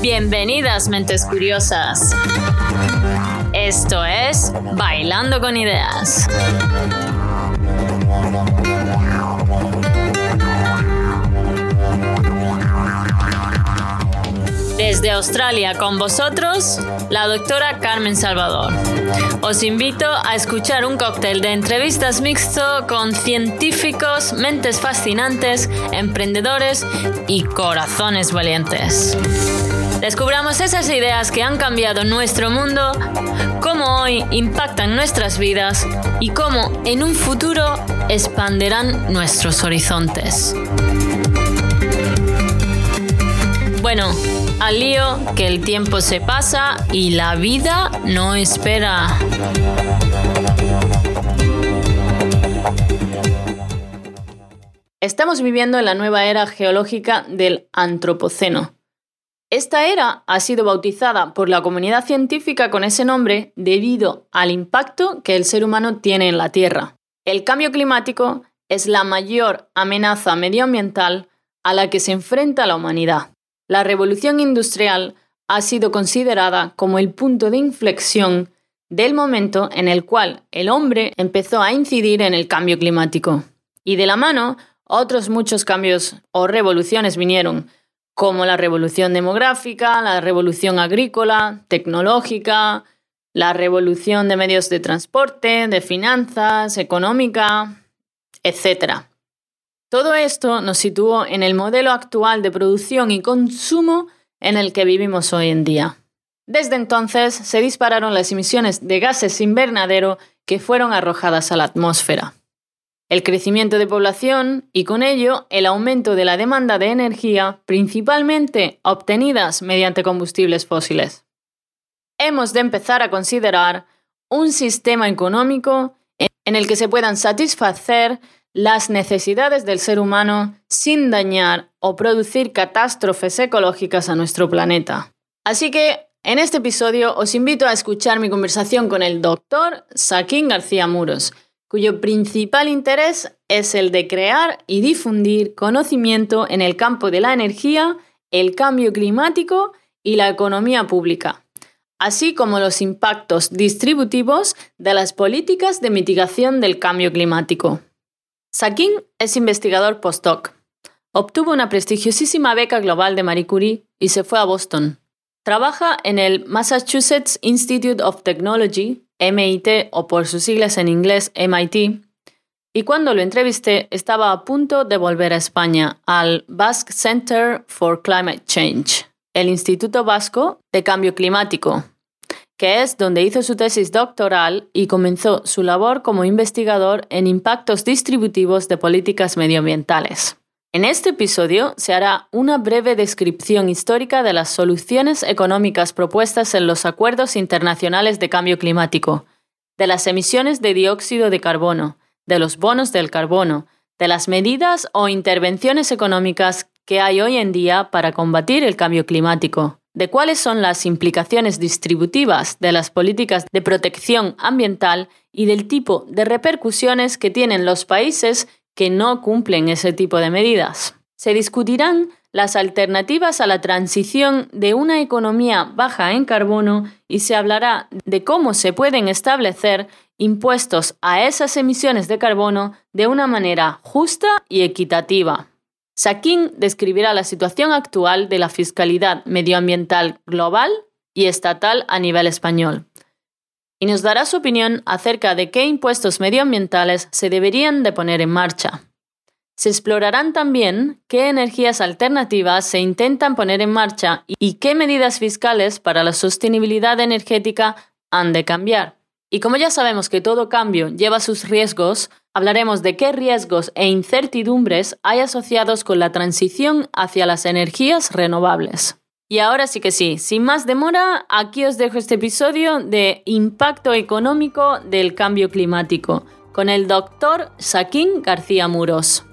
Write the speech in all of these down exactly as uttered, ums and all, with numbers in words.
Bienvenidas, mentes curiosas. Esto es Bailando con Ideas. Desde Australia con vosotros, la doctora Carmen Salvador. Os invito a escuchar un cóctel de entrevistas mixto con científicos, mentes fascinantes, emprendedores y corazones valientes. Descubramos esas ideas que han cambiado nuestro mundo, cómo hoy impactan nuestras vidas y cómo en un futuro expandirán nuestros horizontes. Bueno, al lío, que el tiempo se pasa y la vida no espera. Estamos viviendo en la nueva era geológica del Antropoceno. Esta era ha sido bautizada por la comunidad científica con ese nombre debido al impacto que el ser humano tiene en la Tierra. El cambio climático es la mayor amenaza medioambiental a la que se enfrenta la humanidad. La revolución industrial ha sido considerada como el punto de inflexión del momento en el cual el hombre empezó a incidir en el cambio climático. Y de la mano, otros muchos cambios o revoluciones vinieron, como la revolución demográfica, la revolución agrícola, tecnológica, la revolución de medios de transporte, de finanzas, económica, etcétera. Todo esto nos situó en el modelo actual de producción y consumo en el que vivimos hoy en día. Desde entonces se dispararon las emisiones de gases invernadero que fueron arrojadas a la atmósfera. El crecimiento de población y con ello el aumento de la demanda de energía, principalmente obtenidas mediante combustibles fósiles. Hemos de empezar a considerar un sistema económico en el que se puedan satisfacer las necesidades del ser humano sin dañar o producir catástrofes ecológicas a nuestro planeta. Así que, en este episodio os invito a escuchar mi conversación con el doctor Joaquín García Muros, cuyo principal interés es el de crear y difundir conocimiento en el campo de la energía, el cambio climático y la economía pública, así como los impactos distributivos de las políticas de mitigación del cambio climático. Joaquín es investigador postdoc. Obtuvo una prestigiosísima beca global de Marie Curie y se fue a Boston. Trabaja en el Massachusetts Institute of Technology, M I T o por sus siglas en inglés M I T, y cuando lo entrevisté estaba a punto de volver a España, al Basque Center for Climate Change, el Instituto Vasco de Cambio Climático, que es donde hizo su tesis doctoral y comenzó su labor como investigador en impactos distributivos de políticas medioambientales. En este episodio se hará una breve descripción histórica de las soluciones económicas propuestas en los acuerdos internacionales de cambio climático, de las emisiones de dióxido de carbono, de los bonos del carbono, de las medidas o intervenciones económicas que hay hoy en día para combatir el cambio climático, de cuáles son las implicaciones distributivas de las políticas de protección ambiental y del tipo de repercusiones que tienen los países que no cumplen ese tipo de medidas. Se discutirán las alternativas a la transición de una economía baja en carbono y se hablará de cómo se pueden establecer impuestos a esas emisiones de carbono de una manera justa y equitativa. Joaquín describirá la situación actual de la fiscalidad medioambiental global y estatal a nivel español, y nos dará su opinión acerca de qué impuestos medioambientales se deberían de poner en marcha. Se explorarán también qué energías alternativas se intentan poner en marcha y qué medidas fiscales para la sostenibilidad energética han de cambiar. Y como ya sabemos que todo cambio lleva sus riesgos, hablaremos de qué riesgos e incertidumbres hay asociados con la transición hacia las energías renovables. Y ahora sí que sí, sin más demora, aquí os dejo este episodio de Impacto Económico del Cambio Climático con el doctor Joaquín García Muros.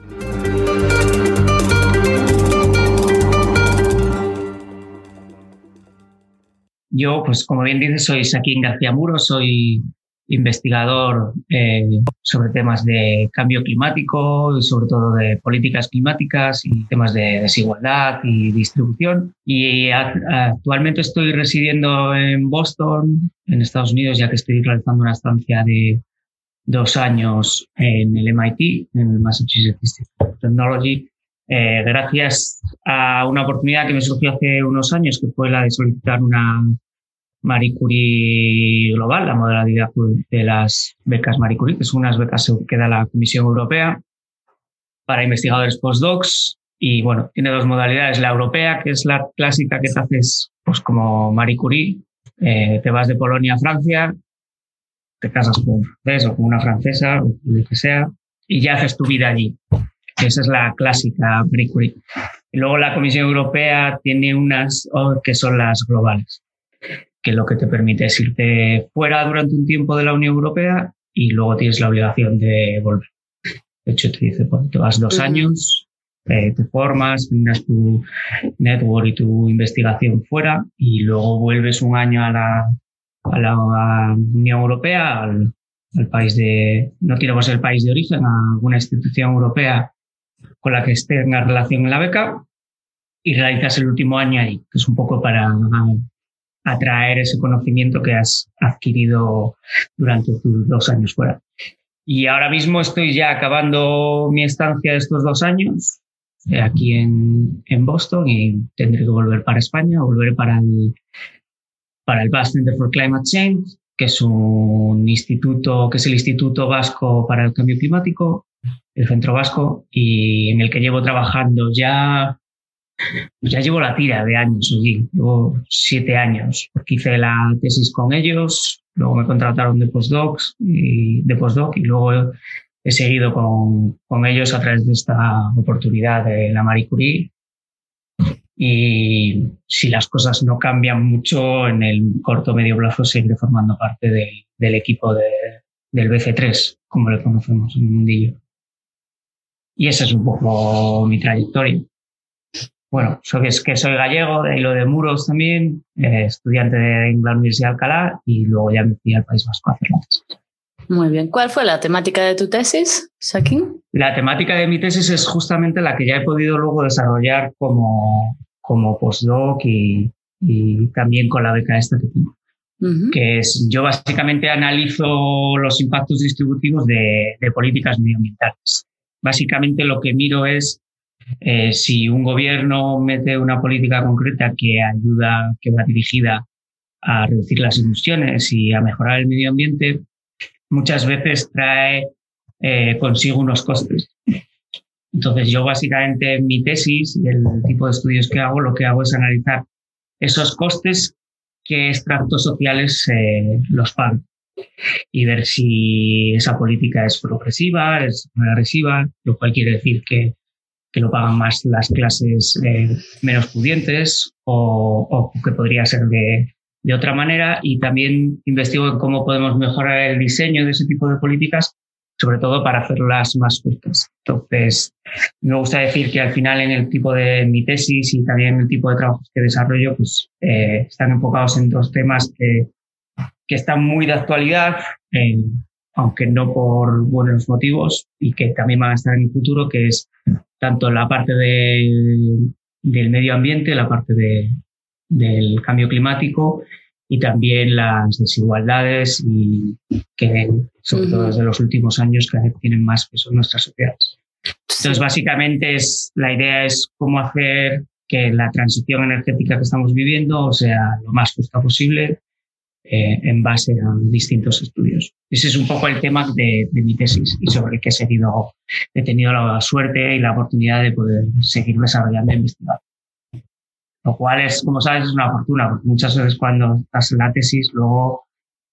Yo, pues como bien dices, soy Joaquín García Muros, soy investigador eh, sobre temas de cambio climático y sobre todo de políticas climáticas y temas de desigualdad y distribución. Y a, actualmente estoy residiendo en Boston, en Estados Unidos, ya que estoy realizando una estancia de dos años en el M I T, en el Massachusetts Institute of Technology, eh, gracias a una oportunidad que me surgió hace unos años, que fue la de solicitar una Marie Curie Global, la modalidad de las becas Marie Curie, que son unas becas que da la Comisión Europea para investigadores postdocs. Y bueno, tiene dos modalidades. La europea, que es la clásica que te haces pues como Marie Curie, eh, te vas de Polonia a Francia, te casas con un francés o con una francesa, o lo que sea, y ya haces tu vida allí. Esa es la clásica Marie Curie. Y luego la Comisión Europea tiene unas oh, que son las globales, que lo que te permite es irte fuera durante un tiempo de la Unión Europea y luego tienes la obligación de volver. De hecho, te dice, pues, te vas dos uh-huh. años, eh, te formas, terminas tu network y tu investigación fuera y luego vuelves un año a la, a la Unión Europea, al, al país de, no tenemos el país de origen, a alguna institución europea con la que tengas relación en la beca y realizas el último año ahí, que es un poco para atraer ese conocimiento que has adquirido durante tus dos años fuera. Y ahora mismo estoy ya acabando mi estancia de estos dos años eh, aquí en, en Boston y tendré que volver para España, volveré para el, para el Basque Center for Climate Change, que es un instituto, que es el Instituto Vasco para el Cambio Climático, el Centro Vasco, y en el que llevo trabajando ya Ya llevo la tira de años allí, llevo siete años, porque hice la tesis con ellos, luego me contrataron de postdocs y de postdoc y luego he seguido con, con ellos a través de esta oportunidad de la Marie Curie. Y si las cosas no cambian mucho, en el corto o medio plazo seguiré formando parte de, del equipo de, del B C tres, como le conocemos en el mundillo. Y esa es un poco mi trayectoria. Bueno, soy, es que soy gallego, de lo de Muros también, eh, estudiante de la Universidad de Alcalá y luego ya me fui al País Vasco a hacer la tesis. Muy bien. ¿Cuál fue la temática de tu tesis, Joaquín? La temática de mi tesis es justamente la que ya he podido luego desarrollar como, como postdoc y, y también con la beca esta que tengo. Uh-huh. Que es, yo básicamente analizo los impactos distributivos de, de políticas medioambientales. Básicamente lo que miro es Eh, si un gobierno mete una política concreta que ayuda, que va dirigida a reducir las emisiones y a mejorar el medio ambiente, muchas veces trae eh, consigo unos costes. Entonces yo básicamente en mi tesis y el tipo de estudios que hago, lo que hago es analizar esos costes, qué estratos sociales eh, los pagan y ver si esa política es progresiva, es agresiva, lo cual quiere decir que que lo pagan más las clases eh, menos pudientes o, o que podría ser de, de otra manera, y también investigo en cómo podemos mejorar el diseño de ese tipo de políticas, sobre todo para hacerlas más justas. Entonces, me gusta decir que al final en el tipo de mi tesis y también en el tipo de trabajos que desarrollo, pues eh, están enfocados en dos temas que, que están muy de actualidad, eh, aunque no por buenos motivos, y que también van a estar en el futuro, que es tanto la parte de, del medio ambiente, la parte de, del cambio climático y también las desigualdades y que sobre todo desde los últimos años cada vez tienen más peso en nuestras sociedades. Entonces básicamente es, la idea es cómo hacer que la transición energética que estamos viviendo sea lo más justa posible eh, en base a distintos estudios. Ese es un poco el tema de, de mi tesis y sobre el que he seguido, he tenido la suerte y la oportunidad de poder seguir desarrollando e investigando. Lo cual es, como sabes, es una fortuna, porque muchas veces cuando estás en la tesis, luego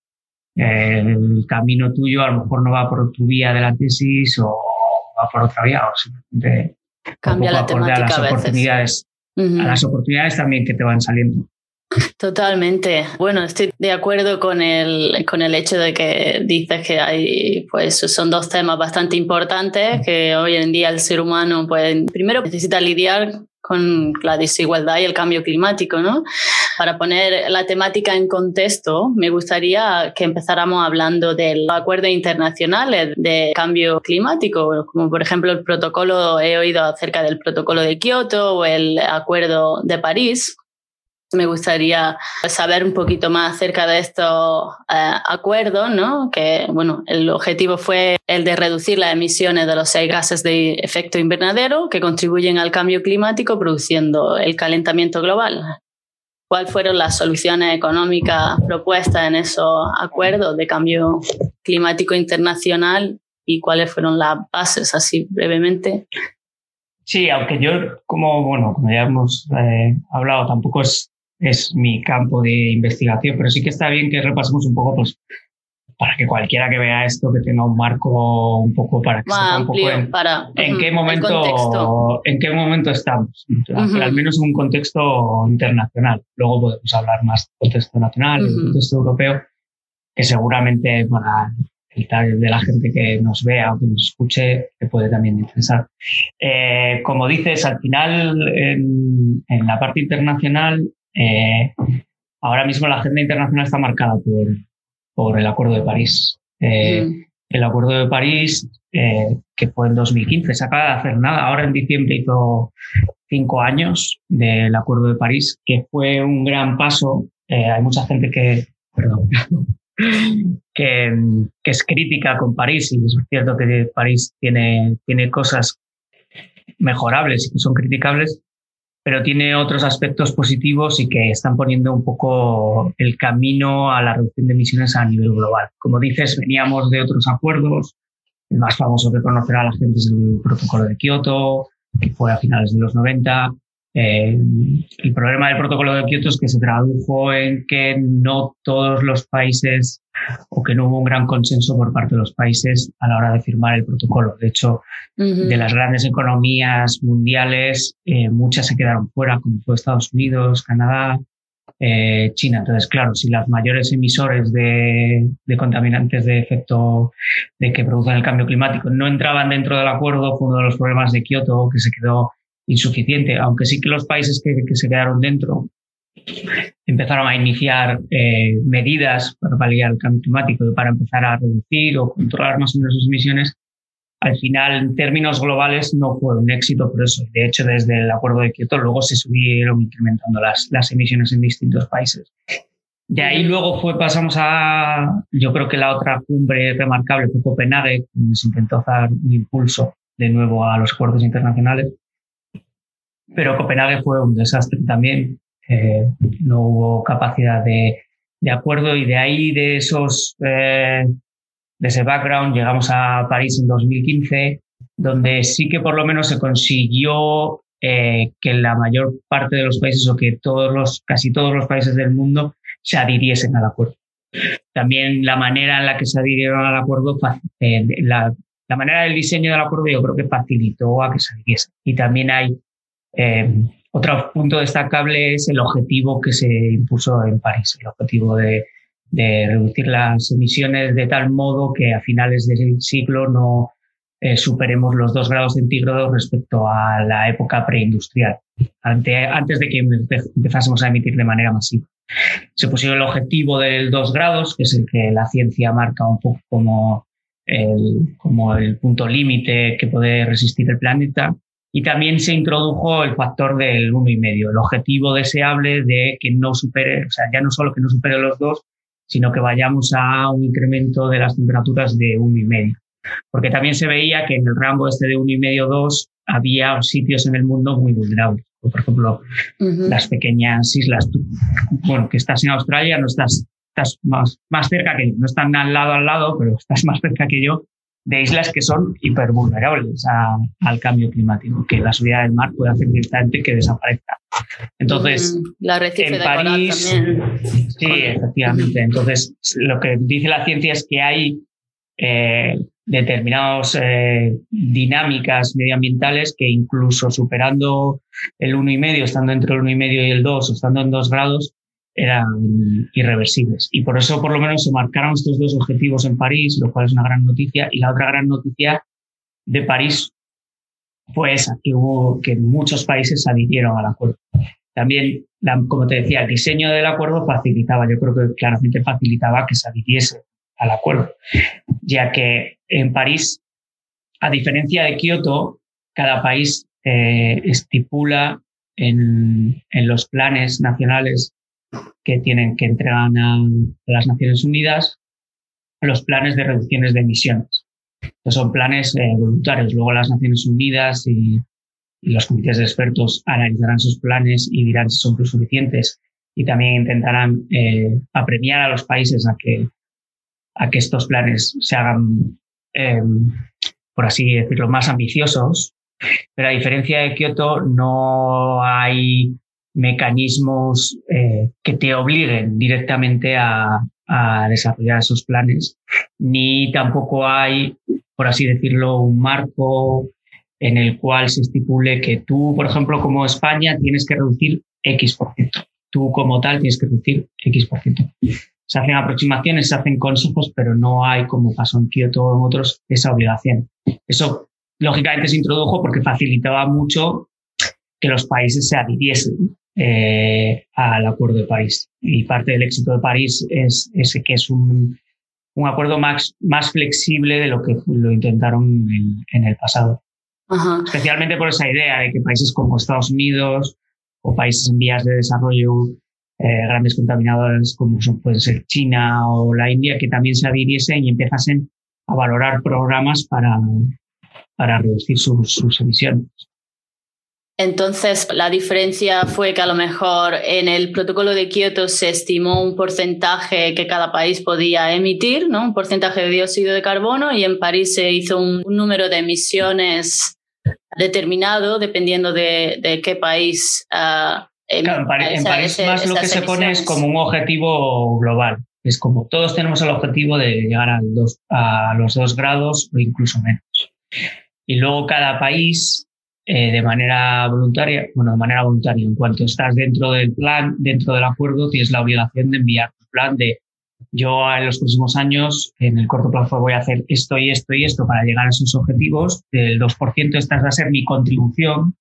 eh, el camino tuyo a lo mejor no va por tu vía de la tesis o va por otra vía, o simplemente cambia la temática a las a veces. Oportunidades, uh-huh. A las oportunidades también que te van saliendo. Totalmente. Bueno, estoy de acuerdo con el, con el hecho de que dices que hay, pues, son dos temas bastante importantes que hoy en día el ser humano, pues, primero necesita lidiar con la desigualdad y el cambio climático, ¿no? Para poner la temática en contexto, me gustaría que empezáramos hablando de los acuerdos internacionales de cambio climático, como por ejemplo el protocolo, he oído acerca del protocolo de Kioto o el acuerdo de París. Me gustaría saber un poquito más acerca de estos eh, acuerdos, ¿no? Que, bueno, el objetivo fue el de reducir las emisiones de los seis gases de efecto invernadero que contribuyen al cambio climático produciendo el calentamiento global. ¿Cuáles fueron las soluciones económicas propuestas en esos acuerdos de cambio climático internacional y cuáles fueron las bases, así brevemente? Sí, aunque yo, como, bueno, como ya hemos eh, hablado, tampoco es es mi campo de investigación, pero sí que está bien que repasemos un poco, pues, para que cualquiera que vea esto que tenga un marco un poco para que sepa un poco en, para, en uh, qué momento en qué momento estamos, uh-huh. Al menos en un contexto internacional. Luego podemos hablar más del contexto nacional, uh-huh. del contexto europeo, que seguramente para el tal de la gente que nos vea o que nos escuche te puede también interesar. Eh, como dices, al final en, en la parte internacional Eh, ahora mismo la agenda internacional está marcada por, por el Acuerdo de París. Eh, mm. El Acuerdo de París, eh, que fue en dos mil quince, se acaba de hacer nada. Ahora en diciembre hizo cinco años del Acuerdo de París, que fue un gran paso. Eh, hay mucha gente que, perdón, que, que es crítica con París, y es cierto que París tiene, tiene cosas mejorables y que son criticables, pero tiene otros aspectos positivos y que están poniendo un poco el camino a la reducción de emisiones a nivel global. Como dices, veníamos de otros acuerdos. El más famoso que conocerá la gente es el protocolo de Kioto, que fue a finales de los noventa. Eh, el problema del protocolo de Kioto es que se tradujo en que no todos los países, o que no hubo un gran consenso por parte de los países a la hora de firmar el protocolo. De hecho, uh-huh. de las grandes economías mundiales, eh, muchas se quedaron fuera, como fue Estados Unidos, Canadá, eh, China. Entonces, claro, si los mayores emisores de, de contaminantes de efecto de que producen el cambio climático no entraban dentro del acuerdo, fue uno de los problemas de Kioto, que se quedó insuficiente, aunque sí que los países que, que se quedaron dentro empezaron a iniciar eh, medidas para paliar el cambio climático y para empezar a reducir o controlar más o menos sus emisiones. Al final, en términos globales, no fue un éxito por eso. De hecho, desde el Acuerdo de Kioto luego se subieron incrementando las, las emisiones en distintos países. De ahí luego fue, pasamos a, yo creo que la otra cumbre remarcable fue Copenhague, donde se intentó dar un impulso de nuevo a los acuerdos internacionales. Pero Copenhague fue un desastre también. Eh, no hubo capacidad de, de acuerdo, y de ahí, de esos eh, de ese background, llegamos a París en dos mil quince, donde sí que por lo menos se consiguió eh, que la mayor parte de los países, o que todos los, casi todos los países del mundo, se adhiriesen al acuerdo. También la manera en la que se adhirieron al acuerdo, eh, la, la manera del diseño del acuerdo, yo creo que facilitó a que se adhiriesen. Y también hay Eh, otro punto destacable es el objetivo que se impuso en París, el objetivo de, de reducir las emisiones de tal modo que a finales del siglo no eh, superemos los dos grados centígrados respecto a la época preindustrial, ante, antes de que empezásemos a emitir de manera masiva. Se pusieron el objetivo del dos grados, que es el que la ciencia marca un poco como el, como el punto límite que puede resistir el planeta. Y también se introdujo el factor del uno y medio, el objetivo deseable de que no supere, o sea, ya no solo que no supere los dos, sino que vayamos a un incremento de las temperaturas de uno y medio. Porque también se veía que en el rango este de uno y medio, dos, había sitios en el mundo muy vulnerables. Por ejemplo, uh-huh. las pequeñas islas. Tú, bueno, que estás en Australia, no estás, estás más, más cerca que yo, no están al lado al lado, pero estás más cerca que yo, de islas que son hipervulnerables a, al cambio climático, que la subida del mar puede hacer directamente que desaparezca. Entonces, mm, la arrecife en París, también. Sí, efectivamente. Entonces, lo que dice la ciencia es que hay eh, determinadas eh, dinámicas medioambientales que, incluso superando el uno y medio, estando entre el uno y medio y el dos, o estando en dos grados, eran irreversibles. Y por eso, por lo menos, se marcaron estos dos objetivos en París, lo cual es una gran noticia. Y la otra gran noticia de París fue esa, que hubo que muchos países se adhirieron al acuerdo. También, la, como te decía, el diseño del acuerdo facilitaba, yo creo que claramente facilitaba que se adhiriese al acuerdo, ya que en París, a diferencia de Kioto, cada país eh, estipula en, en los planes nacionales que tienen que entregan a, a las Naciones Unidas los planes de reducciones de emisiones. Estos son planes eh, voluntarios. Luego las Naciones Unidas y, y los comités de expertos analizarán sus planes y dirán si son los suficientes, y también intentarán eh, apremiar a los países a que, a que estos planes se hagan, eh, por así decirlo, más ambiciosos. Pero a diferencia de Kioto, no hay mecanismos eh, que te obliguen directamente a, a desarrollar esos planes, ni tampoco hay, por así decirlo, un marco en el cual se estipule que tú, por ejemplo, como España, tienes que reducir X por ciento. Tú como tal tienes que reducir X por ciento. Se hacen aproximaciones, se hacen consejos, pero no hay, como pasó en Kioto o en otros, esa obligación. Eso lógicamente se introdujo porque facilitaba mucho que los países se adhiriesen eh, al Acuerdo de París. Y parte del éxito de París es ese, que es un, un acuerdo más, más flexible de lo que lo intentaron en, en el pasado. Ajá. Especialmente por esa idea de que países como Estados Unidos o países en vías de desarrollo, eh, grandes contaminadores como son, pueden ser China o la India, que también se adhiriesen y empezasen a valorar programas para para reducir sus, sus emisiones. Entonces, la diferencia fue que a lo mejor en el protocolo de Kioto se estimó un porcentaje que cada país podía emitir, ¿no? Un porcentaje de dióxido de carbono, y en París se hizo un, un número de emisiones determinado dependiendo de, de qué país. Uh, claro, en, París, esa, en París ese, más lo que se emisiones. Pone es como un objetivo global. Es como todos tenemos el objetivo de llegar al dos, a los dos grados o incluso menos. Y luego cada país, eh, de manera voluntaria, bueno, de manera voluntaria, en cuanto estás dentro del plan, dentro del acuerdo, tienes la obligación de enviar un plan de yo en los próximos años, en el corto plazo, voy a hacer esto y esto y esto para llegar a esos objetivos. Del dos por ciento, esta va a ser mi contribución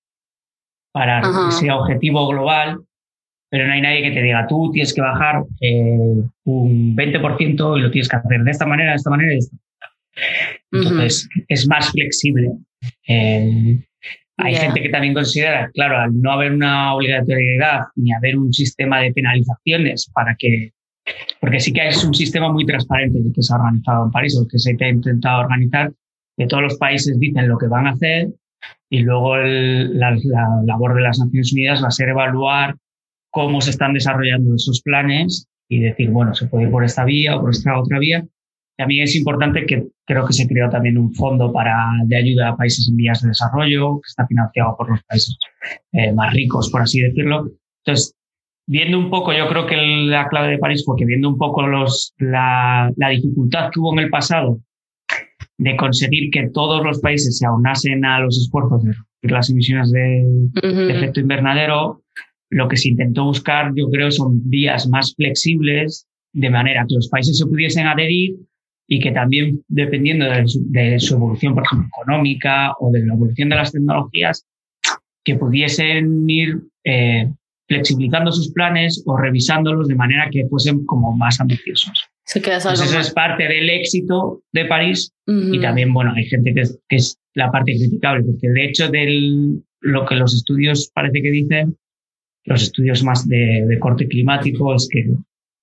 para Ajá. ese objetivo global, pero no hay nadie que te diga, tú tienes que bajar eh, un veinte por ciento y lo tienes que hacer de esta manera, de esta manera y de esta manera. Entonces, uh-huh. es más flexible. Eh, hay yeah. gente que también considera, claro, al no haber una obligatoriedad ni haber un sistema de penalizaciones para que, porque sí que es un sistema muy transparente el que se ha organizado en París, o que se ha intentado organizar, que todos los países dicen lo que van a hacer y luego el, la, la labor de las Naciones Unidas va a ser evaluar cómo se están desarrollando esos planes y decir, bueno, se puede ir por esta vía o por esta otra vía. También es importante que creo que se creó también un fondo para, de ayuda a países en vías de desarrollo, que está financiado por los países eh, más ricos, por así decirlo. Entonces, viendo un poco, yo creo que la clave de París fue que viendo un poco los, la, la dificultad que hubo en el pasado de conseguir que todos los países se aunasen a los esfuerzos de reducir las emisiones de, uh-huh. de efecto invernadero, lo que se intentó buscar, yo creo, son vías más flexibles, de manera que los países se pudiesen adherir y que también, dependiendo de su, de su evolución, por ejemplo, económica o de la evolución de las tecnologías, que pudiesen ir eh, flexibilizando sus planes o revisándolos de manera que fuesen como más ambiciosos. Se queda Entonces, eso es parte del éxito de París. Uh-huh. Y también, bueno, hay gente que es, que es la parte criticable, porque de hecho de lo que los estudios parece que dicen, los estudios más de, de corte climático, es que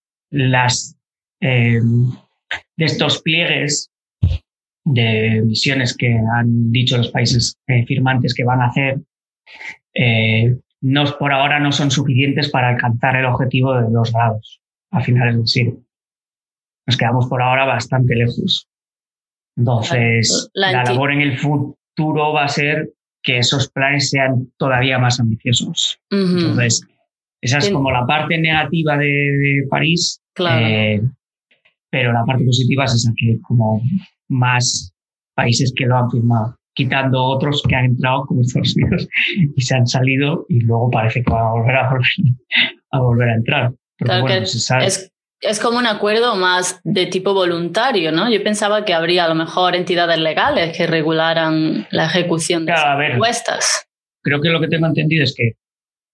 las... Eh, de estos pliegues de emisiones que han dicho los países eh, firmantes que van a hacer, eh, no, por ahora no son suficientes para alcanzar el objetivo de dos grados a finales del siglo. Nos quedamos por ahora bastante lejos. Entonces, la, la labor en el futuro va a ser que esos planes sean todavía más ambiciosos. Uh-huh. Entonces, esa es como la parte negativa de, de París. Claro. Eh, pero la parte positiva es esa, que como más países que lo han firmado, quitando otros que han entrado como Estados Unidos y se han salido y luego parece que van a volver a volver a, volver a entrar. Porque, claro, bueno, que se sabe. Es, es como un acuerdo más de tipo voluntario, ¿no? Yo pensaba que habría a lo mejor entidades legales que regularan la ejecución de claro, esas propuestas. Creo que lo que tengo entendido es que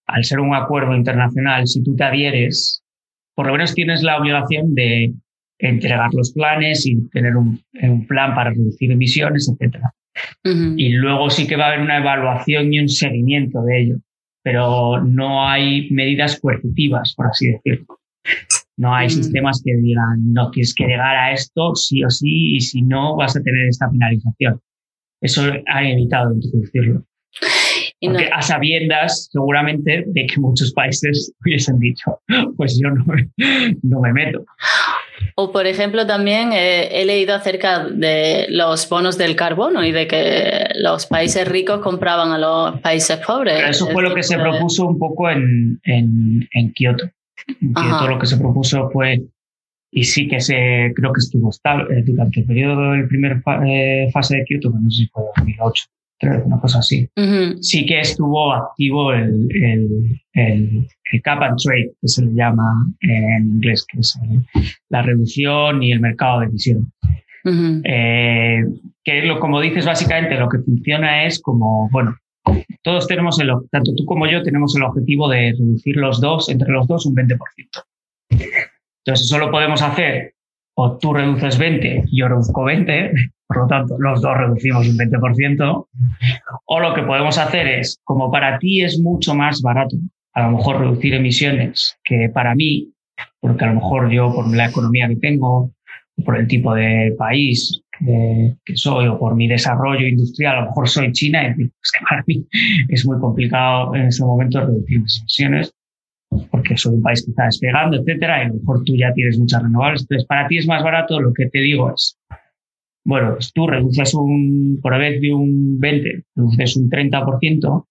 al ser un acuerdo internacional, si tú te adhieres, por lo menos tienes la obligación de entregar los planes y tener un, un plan para reducir emisiones, etcétera. Uh-huh. Y luego sí que va a haber una evaluación y un seguimiento de ello, pero no hay medidas coercitivas, por así decirlo. No hay uh-huh. sistemas que digan, no tienes que llegar a esto sí o sí, y si no vas a tener esta penalización. Eso ha evitado introducirlo. Porque a sabiendas, seguramente, de que muchos países hubiesen dicho, pues yo no me, no me meto. O, por ejemplo, también eh, he leído acerca de los bonos del carbono y de que los países ricos compraban a los países pobres. Pero eso fue lo que se propuso un poco en, en, en Kioto. En Kioto lo que se propuso fue, y sí que se creo que estuvo estable durante el periodo del primer fa, eh, fase de Kioto, no sé si fue dos mil ocho. Una cosa así. Uh-huh. Sí que estuvo activo el, el, el, el cap and trade, que se le llama en inglés, que es el, la reducción y el mercado de emisión. Uh-huh. Eh, que lo, como dices, básicamente lo que funciona es como, bueno, todos tenemos, el, tanto tú como yo, tenemos el objetivo de reducir los dos, entre los dos, un veinte por ciento. Entonces, eso lo podemos hacer, o tú reduces veinte y yo reduzco veinte, por lo tanto, los dos reducimos un veinte por ciento, o lo que podemos hacer es, como para ti es mucho más barato, a lo mejor reducir emisiones que para mí, porque a lo mejor yo, por la economía que tengo, o por el tipo de país que, que soy, o por mi desarrollo industrial, a lo mejor soy China, y pues que para mí es muy complicado en ese momento reducir mis emisiones, porque soy un país que está despegando, etcétera, y a lo mejor tú ya tienes muchas renovables. Entonces, para ti es más barato. Lo que te digo es, bueno, pues tú reduces un, por vez de un veinte, reduces un treinta por ciento,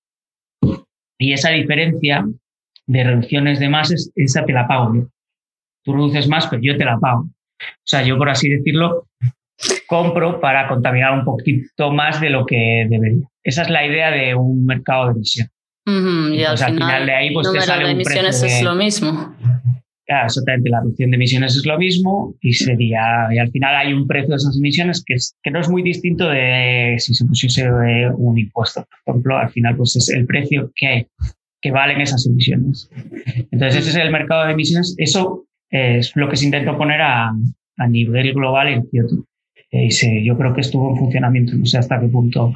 y esa diferencia de reducciones de más, es, esa te la pago yo. Tú reduces más, pero yo te la pago. O sea, yo, por así decirlo, compro para contaminar un poquito más de lo que debería. Esa es la idea de un mercado de emisión. Uh-huh, y al, al final, final de ahí pues el te número sale de un emisiones precio de, es lo mismo. Claro, exactamente, la reducción de emisiones es lo mismo y sería, y al final hay un precio de esas emisiones que, es, que no es muy distinto de si se pusiese un impuesto. Por ejemplo, al final pues es el precio que, que valen esas emisiones. Entonces ese es el mercado de emisiones. Eso es lo que se intentó poner a, a nivel global en Kioto. Y se, yo creo que estuvo en funcionamiento, no sé hasta qué punto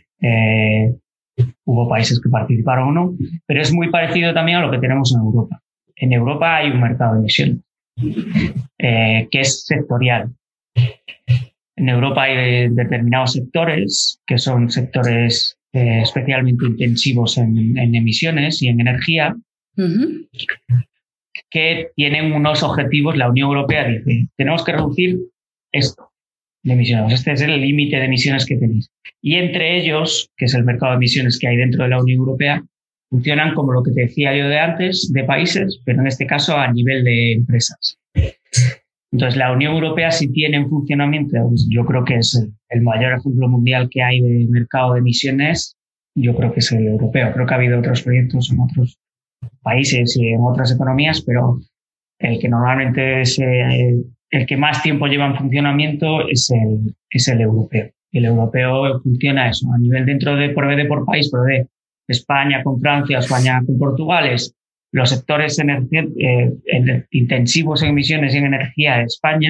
eh, hubo países que participaron o no, pero es muy parecido también a lo que tenemos en Europa. En Europa hay un mercado de emisiones eh, que es sectorial. En Europa hay de, determinados sectores que son sectores eh, especialmente intensivos en, en emisiones y en energía, uh-huh. que tienen unos objetivos. La Unión Europea dice, tenemos que reducir esto de emisiones. Este es el límite de emisiones que tenéis. Y entre ellos, que es el mercado de emisiones que hay dentro de la Unión Europea, funcionan como lo que te decía yo de antes, de países, pero en este caso a nivel de empresas. Entonces, la Unión Europea sí tiene en funcionamiento, pues yo creo que es el, el mayor ejemplo mundial que hay de mercado de emisiones, yo creo que es el europeo. Creo que ha habido otros proyectos en otros países y en otras economías, pero el que normalmente es el, el que más tiempo lleva en funcionamiento es el, es el europeo. El europeo funciona eso, a nivel dentro de por vez de por país, pero de España con Francia, España con Portugal, es los sectores energe- eh, en, intensivos en emisiones y en energía de España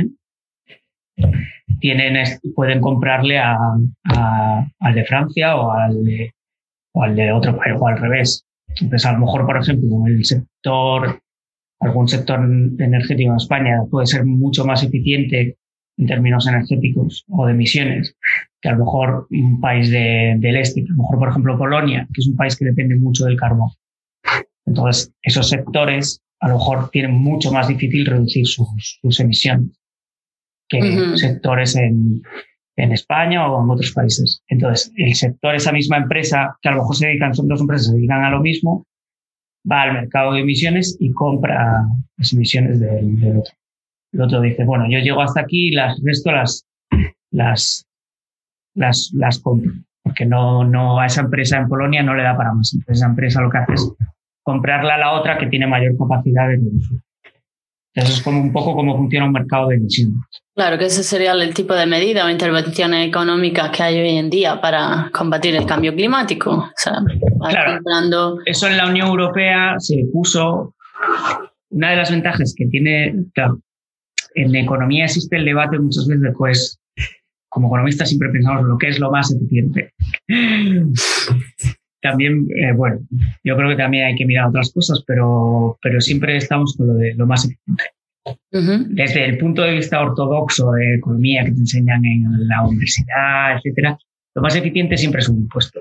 tienen, pueden comprarle a, a, al de Francia o al de, o al de otro país, o al revés. Entonces, a lo mejor, por ejemplo, el sector, algún sector energético en España puede ser mucho más eficiente en términos energéticos o de emisiones que a lo mejor un país de, del este, a lo mejor, por ejemplo, Polonia, que es un país que depende mucho del carbón. Entonces, esos sectores a lo mejor tienen mucho más difícil reducir sus, sus emisiones que uh-huh. sectores en, en España o en otros países. Entonces, el sector, esa misma empresa, que a lo mejor se dedican, son dos empresas que se dedican a lo mismo, va al mercado de emisiones y compra las emisiones del, del otro. El otro dice, bueno, yo llego hasta aquí y las resto las, las, las, las compro, porque no, no, a esa empresa en Polonia no le da para más. Entonces, esa empresa lo que hace es comprarla a la otra que tiene mayor capacidad de producción. Entonces es como un poco cómo funciona un mercado de emisiones. Claro, que ese sería el tipo de medida o intervenciones económicas que hay hoy en día para combatir el cambio climático. O sea, claro, comprando... eso en la Unión Europea se puso. Una de las ventajas que tiene, claro, en economía existe el debate muchas veces, pues, como economistas siempre pensamos lo que es lo más eficiente. También, eh, bueno, yo creo que también hay que mirar otras cosas, pero, pero siempre estamos con lo de lo más eficiente. Uh-huh. Desde el punto de vista ortodoxo de economía que te enseñan en la universidad, etcétera, lo más eficiente siempre es un impuesto.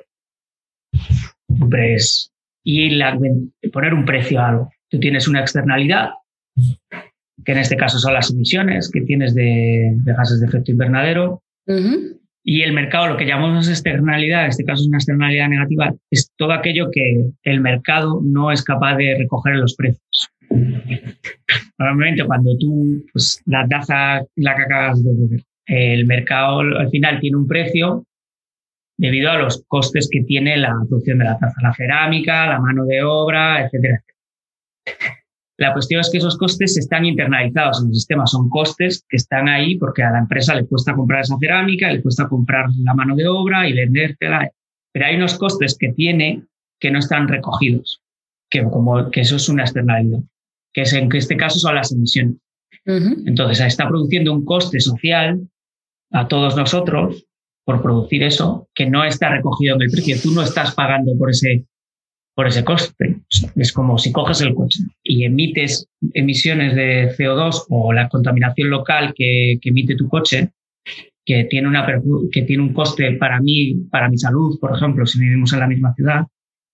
Siempre es y la, poner un precio a algo. Tú tienes una externalidad, que en este caso son las emisiones que tienes de, de gases de efecto invernadero, uh-huh. Y el mercado, lo que llamamos externalidad, en este caso es una externalidad negativa, es todo aquello que el mercado no es capaz de recoger en los precios. Normalmente cuando tú, pues la taza, la que acabas de beber, el mercado al final tiene un precio debido a los costes que tiene la producción de la taza, la cerámica, la mano de obra, etcétera, etcétera. La cuestión es que esos costes están internalizados en el sistema, son costes que están ahí porque a la empresa le cuesta comprar esa cerámica, le cuesta comprar la mano de obra y vendértela, pero hay unos costes que tiene que no están recogidos, que, como, que eso es una externalidad, que es, en este caso son las emisiones. Uh-huh. Entonces, está produciendo un coste social a todos nosotros por producir eso que no está recogido en el precio. Tú no estás pagando por ese, por ese coste. Es como si coges el coche y emites emisiones de C O dos o la contaminación local que, que emite tu coche, que tiene, una, que tiene un coste para mí, para mi salud, por ejemplo, si vivimos en la misma ciudad,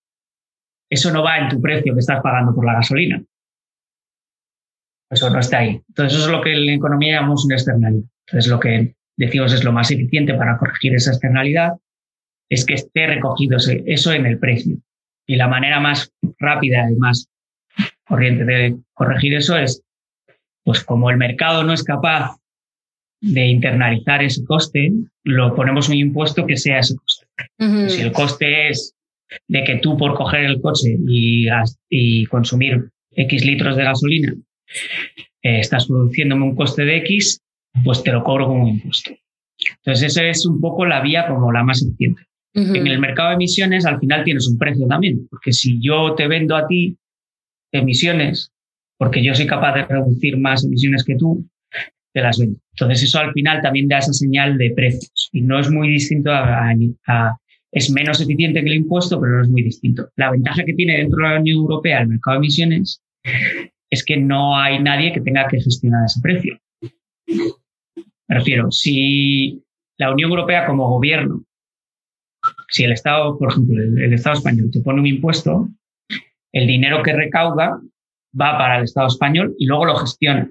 eso no va en tu precio que estás pagando por la gasolina. Eso no está ahí. Entonces, eso es lo que en economía llamamos una externalidad. Entonces, lo que decimos es lo más eficiente para corregir esa externalidad es que esté recogido eso en el precio. Y la manera más rápida y más corriente de corregir eso es, pues como el mercado no es capaz de internalizar ese coste, lo ponemos un impuesto que sea ese coste. Uh-huh. Si el coste es de que tú por coger el coche y, y consumir X litros de gasolina eh, estás produciéndome un coste de X, pues te lo cobro como un impuesto. Entonces esa es un poco la vía como la más eficiente. Uh-huh. En el mercado de emisiones al final tienes un precio también, porque si yo te vendo a ti emisiones, porque yo soy capaz de reducir más emisiones que tú, te las vendo. Entonces eso al final también da esa señal de precios y no es muy distinto a, a, a es menos eficiente que el impuesto, pero no es muy distinto. La ventaja que tiene dentro de la Unión Europea el mercado de emisiones es que no hay nadie que tenga que gestionar ese precio. Me refiero, si la Unión Europea como gobierno, si el Estado, por ejemplo, el, el Estado español te pone un impuesto, el dinero que recauda va para el Estado español y luego lo gestiona.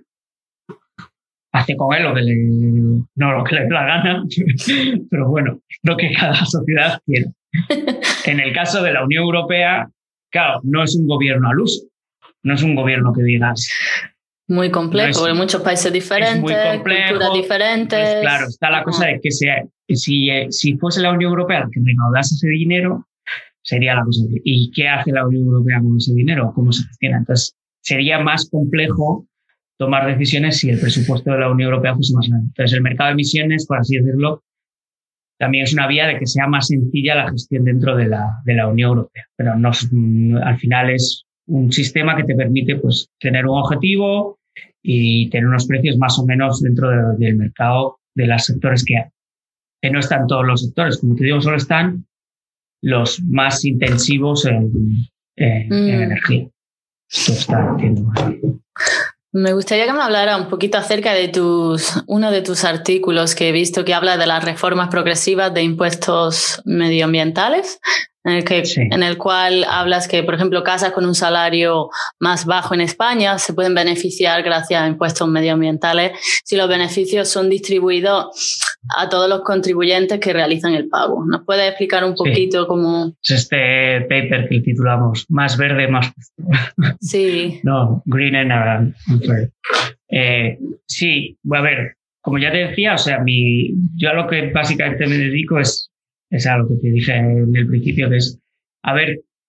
Hace con él lo que le, no lo que le dé la gana, pero bueno, lo que cada sociedad quiere. En el caso de la Unión Europea, claro, no es un gobierno al uso, no es un gobierno que digas... Muy complejo, no es, porque muchos países diferentes, muy complejo, culturas diferentes. Pues claro, está la cosa de que sea, si, si fuese la Unión Europea la que recaudase ese dinero, sería la cosa de, ¿y qué hace la Unión Europea con ese dinero? ¿Cómo se gestiona? Entonces, sería más complejo tomar decisiones si el presupuesto de la Unión Europea fuese más grande. Entonces, el mercado de emisiones, por así decirlo, también es una vía de que sea más sencilla la gestión dentro de la, de la Unión Europea. Pero no, al final es un sistema que te permite pues, tener un objetivo y tener unos precios más o menos dentro de, del mercado de los sectores que hay. Que no están todos los sectores, como te digo, solo están los más intensivos en, en, mm. en energía. Esto está haciendo. Me gustaría que me hablara un poquito acerca de tus, uno de tus artículos que he visto que habla de las reformas progresivas de impuestos medioambientales, en el, que, sí. en el cual hablas que, por ejemplo, casas con un salario más bajo en España se pueden beneficiar gracias a impuestos medioambientales si los beneficios son distribuidos a todos los contribuyentes que realizan el pago. ¿Nos puedes explicar un poquito sí. cómo...? Es este paper que titulamos Más verde, más justo. Sí. No, green and unfair. Eh, sí, a ver, como ya te decía, o sea, mi, yo a lo que básicamente me dedico es, es a lo que te dije en el principio, que es a ver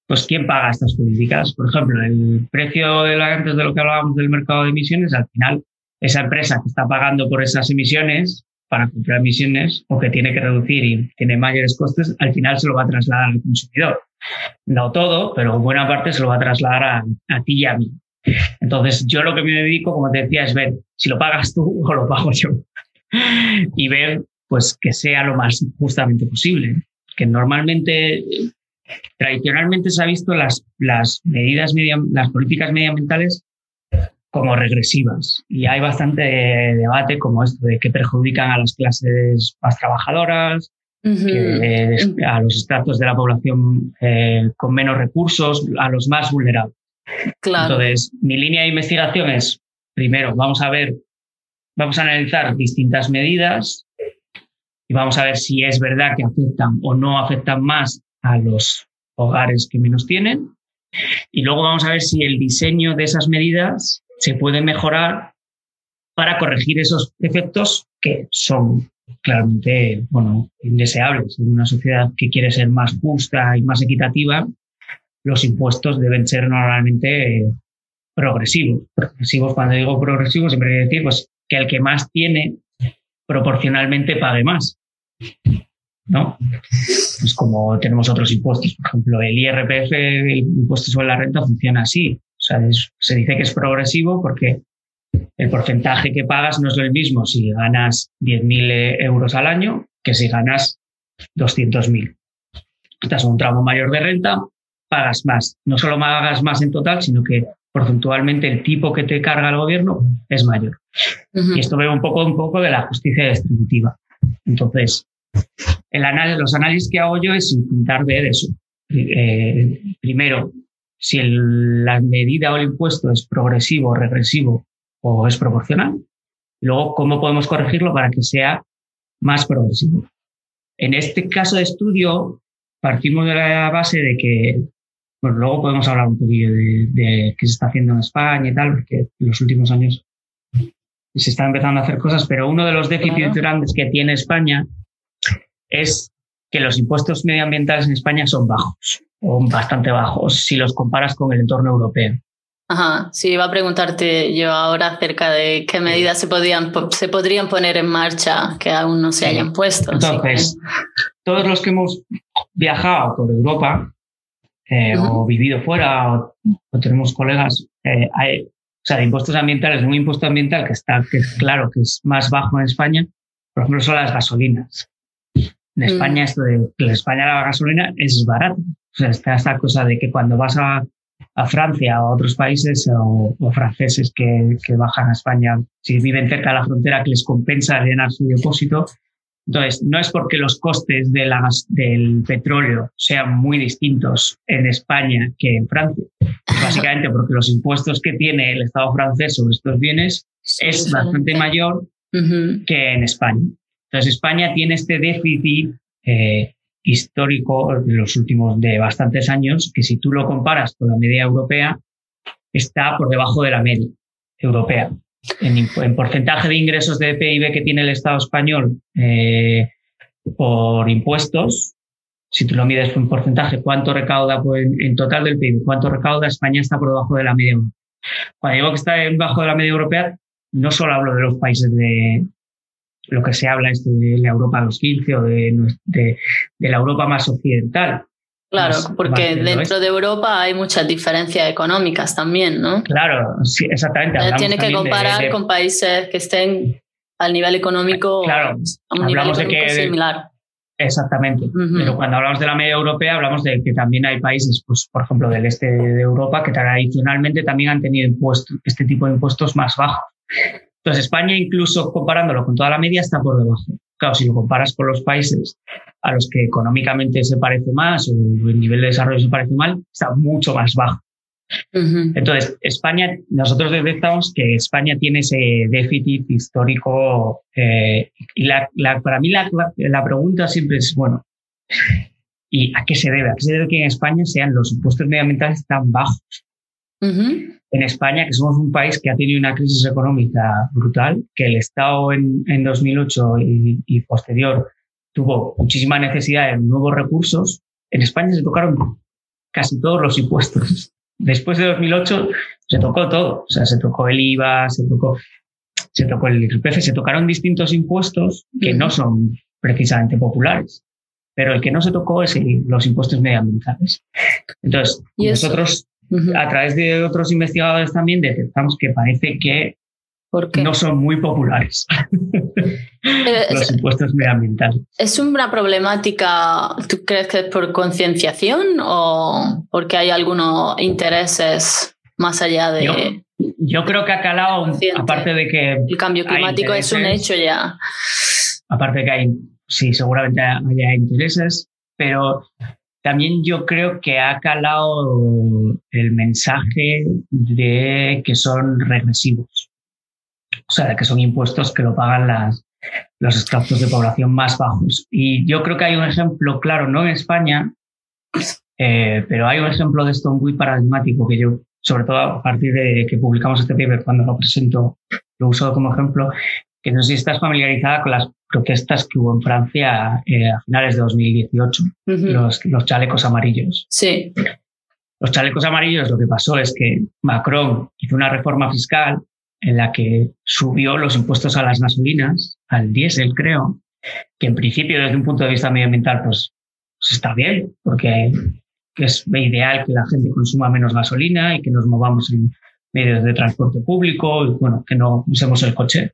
pues ¿quién paga estas políticas? Por ejemplo, el precio de la, antes de lo que hablábamos del mercado de emisiones, al final, esa empresa que está pagando por esas emisiones, para comprar emisiones, o que tiene que reducir y tiene mayores costes, al final se lo va a trasladar al consumidor. No todo, pero buena parte se lo va a trasladar a, a ti y a mí. Entonces, yo lo que me dedico, como te decía, es ver si lo pagas tú o lo pago yo. Y ver, pues, que sea lo más justamente posible. Que normalmente, tradicionalmente se ha visto las, las medidas, medio, las políticas medioambientales como regresivas. Y hay bastante debate como esto de que perjudican a las clases más trabajadoras, uh-huh. que, eh, a los estratos de la población eh, con menos recursos, a los más vulnerables. Claro. Entonces, mi línea de investigación es, primero, vamos a ver, vamos a analizar distintas medidas y vamos a ver si es verdad que afectan o no afectan más a los hogares que menos tienen. Y luego vamos a ver si el diseño de esas medidas se puede mejorar para corregir esos efectos que son claramente, bueno, indeseables. En una sociedad que quiere ser más justa y más equitativa, los impuestos deben ser normalmente eh, progresivos. Progresivos, cuando digo progresivos, siempre hay que decir pues, que el que más tiene proporcionalmente pague más, ¿no? Pues como tenemos otros impuestos, por ejemplo, el I R P F, el impuesto sobre la renta, funciona así. O sea, es, se dice que es progresivo porque el porcentaje que pagas no es lo mismo si ganas diez mil euros al año que si ganas doscientos mil. Estás en un tramo mayor de renta, pagas más. No solo pagas más en total, sino que porcentualmente el tipo que te carga el gobierno es mayor. Uh-huh. Y esto ve un poco, un poco de la justicia distributiva. Entonces, el análisis, los análisis que hago yo es intentar ver eso. Eh, primero, si el, la medida o el impuesto es progresivo, regresivo o es proporcional. Y luego, cómo podemos corregirlo para que sea más progresivo. En este caso de estudio, partimos de la base de que, bueno, luego podemos hablar un poquillo de, de qué se está haciendo en España y tal, porque en los últimos años se están empezando a hacer cosas, pero uno de los déficits claro. grandes que tiene España es que los impuestos medioambientales en España son bajos, o bastante bajos, si los comparas con el entorno europeo. Ajá, sí, iba a preguntarte yo ahora acerca de qué medidas se podrían, se podrían poner en marcha que aún no se sí. hayan puesto. Entonces, que... todos los que hemos viajado por Europa eh, uh-huh. o vivido fuera o, o tenemos colegas, eh, hay, o sea, de impuestos ambientales, un impuesto ambiental que está, que es claro que es más bajo en España, por ejemplo, son las gasolinas. En España, mm. esto de que en España la gasolina es barata. O sea, está esta cosa de que cuando vas a, a Francia o a otros países o, o franceses que, que bajan a España, si viven cerca de la frontera, que les compensa llenar su depósito. Entonces, no es porque los costes de la, del petróleo sean muy distintos en España que en Francia. Básicamente porque los impuestos que tiene el Estado francés sobre estos bienes sí, es diferente. bastante mayor uh-huh. que en España. Entonces, España tiene este déficit eh, histórico de los últimos de bastantes años, que si tú lo comparas con la media europea, está por debajo de la media europea. En, en porcentaje de ingresos de P I B que tiene el Estado español eh, por impuestos, si tú lo mides por un porcentaje, cuánto recauda pues, en total del P I B, cuánto recauda, España está por debajo de la media europea. Cuando digo que está debajo de la media europea, no solo hablo de los países de lo que se habla esto de la Europa de los quince o de, de, de la Europa más occidental. Claro, más, porque más dentro de Europa hay muchas diferencias económicas también, ¿no? Claro, sí, exactamente. Tienes que comparar de, de, con países que estén al nivel económico, claro, a un nivel económico de que, similar. Exactamente. Uh-huh. Pero cuando hablamos de la media europea, hablamos de que también hay países, pues, por ejemplo, del este de Europa, que tradicionalmente también han tenido impuestos, este tipo de impuestos más bajos. Entonces, España, incluso comparándolo con toda la media, está por debajo. Claro, si lo comparas con los países a los que económicamente se parece más o el nivel de desarrollo se parece mal, está mucho más bajo. Uh-huh. Entonces, España, nosotros detectamos que España tiene ese déficit histórico eh, y la, la, para mí la, la, la pregunta siempre es, bueno, ¿y a qué se debe? ¿A qué se debe que en España sean los impuestos medioambientales tan bajos? Uh-huh. En España, que somos un país que ha tenido una crisis económica brutal, que el Estado en, en dos mil ocho y, y posterior tuvo muchísima necesidad de nuevos recursos, en España se tocaron casi todos los impuestos. Después de dos mil ocho se tocó todo, o sea, se tocó el I V A, se tocó, se tocó el I R P F, se tocaron distintos impuestos que no son precisamente populares, pero el que no se tocó es el, los impuestos medioambientales. Entonces, nosotros, uh-huh. a través de otros investigadores también detectamos que parece que ¿Por qué? no son muy populares los impuestos medioambientales. ¿Es una problemática, tú crees que es por concienciación o porque hay algunos intereses más allá de...? Yo, yo creo que ha calado, aparte de que... El cambio climático es un hecho ya. Aparte de que hay, sí, seguramente haya intereses, pero también yo creo que ha calado el mensaje de que son regresivos. O sea, que son impuestos que lo pagan las, los estratos de población más bajos. Y yo creo que hay un ejemplo claro, no en España, eh, pero hay un ejemplo de esto muy paradigmático que yo, sobre todo a partir de que publicamos este paper, cuando lo presento, lo uso como ejemplo, que no sé si estás familiarizada con las protestas que hubo en Francia eh, a finales de dos mil dieciocho, uh-huh. los, los chalecos amarillos. Sí. Los chalecos amarillos, lo que pasó es que Macron hizo una reforma fiscal en la que subió los impuestos a las gasolinas, al diésel, creo, que en principio desde un punto de vista medioambiental pues, pues está bien, porque es ideal que la gente consuma menos gasolina y que nos movamos en medios de transporte público y bueno, que no usemos el coche.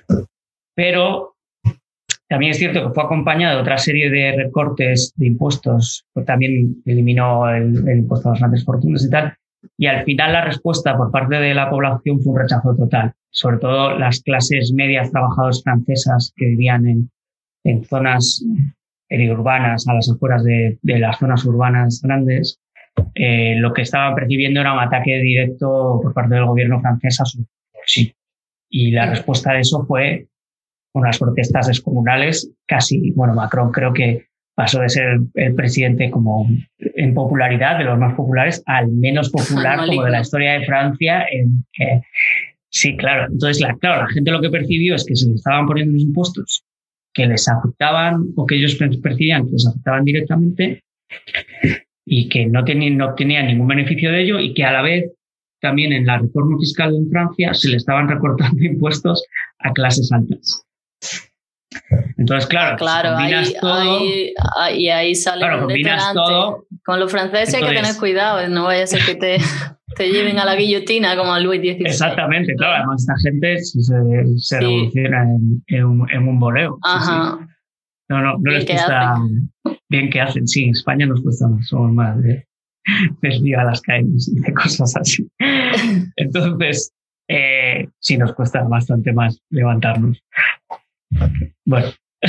Pero también es cierto que fue acompañado de otra serie de recortes de impuestos, pues también eliminó el, el impuesto a las grandes fortunas y tal. Y al final la respuesta por parte de la población fue un rechazo total. Sobre todo las clases medias trabajadoras francesas que vivían en, en zonas periurbanas, a las afueras de, de las zonas urbanas grandes, eh, lo que estaban percibiendo era un ataque directo por parte del gobierno francés a su bolsillo. Y la respuesta de eso fue unas protestas descomunales. Casi, bueno, Macron creo que pasó de ser el presidente como en popularidad, de los más populares, al menos popular como de la historia de Francia. En, eh, sí, claro. Entonces, la, claro, la gente lo que percibió es que se les estaban poniendo unos impuestos que les afectaban o que ellos percibían que les afectaban directamente y que no tenían, no obtenían ningún beneficio de ello y que a la vez también en la reforma fiscal en Francia se le estaban recortando impuestos a clases altas. Entonces, claro, claro si combinas ahí, todo... Ahí, ahí, ahí sale claro, un combinas todo... Con los franceses entonces, hay que tener cuidado, no vaya a ser que te, te lleven a la guillotina como a Luis dieciséis. Exactamente, claro, además esta gente se, se sí. revoluciona en, en, un, en un boleo. Ajá. Sí, sí. No, no, no les cuesta... Bien que hacen, sí, en España nos cuesta más, somos más de desvío a las calles y de cosas así. Entonces, eh, sí nos cuesta bastante más levantarnos. Bueno,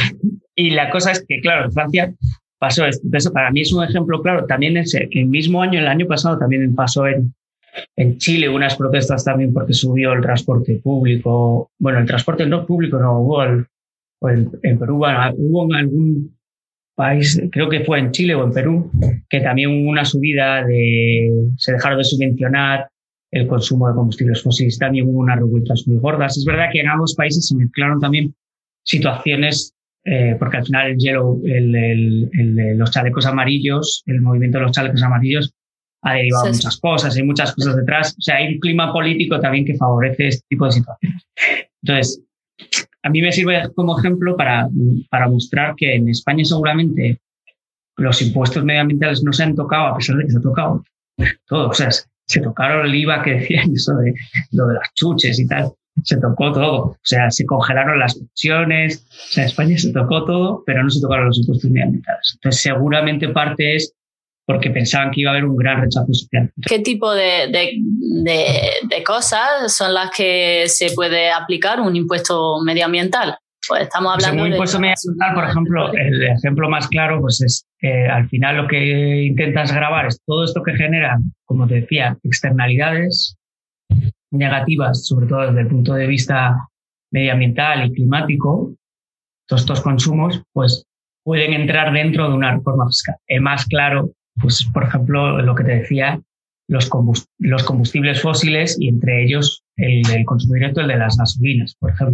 y la cosa es que, claro, en Francia pasó esto. Entonces, para mí es un ejemplo claro. También ese, el mismo año, el año pasado, también pasó en, en Chile unas protestas también porque subió el transporte público. Bueno, el transporte no público no hubo. El, o en, en Perú hubo en algún país, creo que fue en Chile o en Perú, que también hubo una subida de... Se dejaron de subvencionar el consumo de combustibles fósiles. También hubo unas revueltas muy gordas. Es verdad que en ambos países se mezclaron también situaciones, eh, porque al final el hielo, el, el, el, los chalecos amarillos, el movimiento de los chalecos amarillos ha derivado sí. muchas cosas, hay muchas cosas detrás. O sea, hay un clima político también que favorece este tipo de situaciones. Entonces, a mí me sirve como ejemplo para, para mostrar que en España seguramente los impuestos medioambientales no se han tocado, a pesar de que se ha tocado todo. O sea, se tocaron el I V A que decían, eso de lo de las chuches y tal. Se tocó todo, o sea, se congelaron las pensiones, o sea, en España se tocó todo, pero no se tocaron los impuestos medioambientales. Entonces, seguramente parte es porque pensaban que iba a haber un gran rechazo social. ¿Qué tipo de, de, de, de cosas son las que se puede aplicar un impuesto medioambiental? Pues estamos hablando pues un impuesto de... medioambiental, por ejemplo, el ejemplo más claro pues es, eh, al final lo que intentas grabar es todo esto que genera, como te decía, externalidades negativas, sobre todo desde el punto de vista medioambiental y climático. Todos estos consumos pues pueden entrar dentro de una reforma fiscal. El más claro, pues por ejemplo, lo que te decía, los, combust- los combustibles fósiles y entre ellos el, el consumo directo, el de las gasolinas, por ejemplo.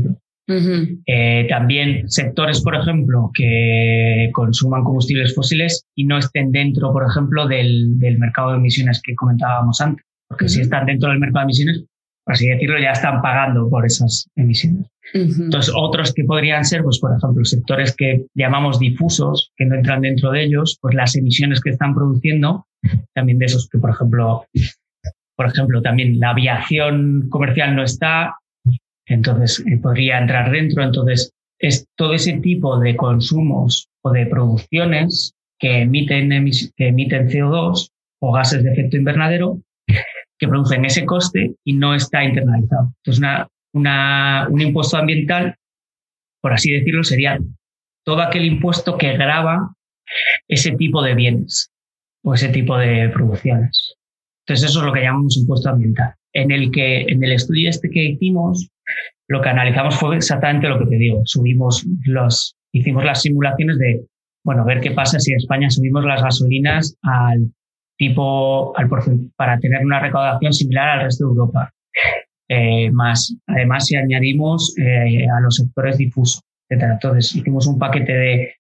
Uh-huh. Eh, también sectores, por ejemplo, que consuman combustibles fósiles y no estén dentro, por ejemplo, del, del mercado de emisiones que comentábamos antes. Porque uh-huh. si están dentro del mercado de emisiones, por así decirlo, ya están pagando por esas emisiones. Uh-huh. Entonces, otros que podrían ser, pues, por ejemplo, sectores que llamamos difusos, que no entran dentro de ellos, pues las emisiones que están produciendo, también de esos que, por ejemplo, por ejemplo, también la aviación comercial no está, entonces eh, podría entrar dentro. Entonces, es todo ese tipo de consumos o de producciones que emiten, emis- que emiten C O dos o gases de efecto invernadero, que producen ese coste y no está internalizado. Entonces, una, una, un impuesto ambiental, por así decirlo, sería todo aquel impuesto que grava ese tipo de bienes o ese tipo de producciones. Entonces, eso es lo que llamamos impuesto ambiental. En el que, en el estudio este que hicimos, lo que analizamos fue exactamente lo que te digo. Subimos los, hicimos las simulaciones de, bueno, ver qué pasa si en España subimos las gasolinas al tipo al porcentaje, para tener una recaudación similar al resto de Europa. Eh, más, además, si añadimos eh, a los sectores difusos, etcétera. Entonces, hicimos un paquete de,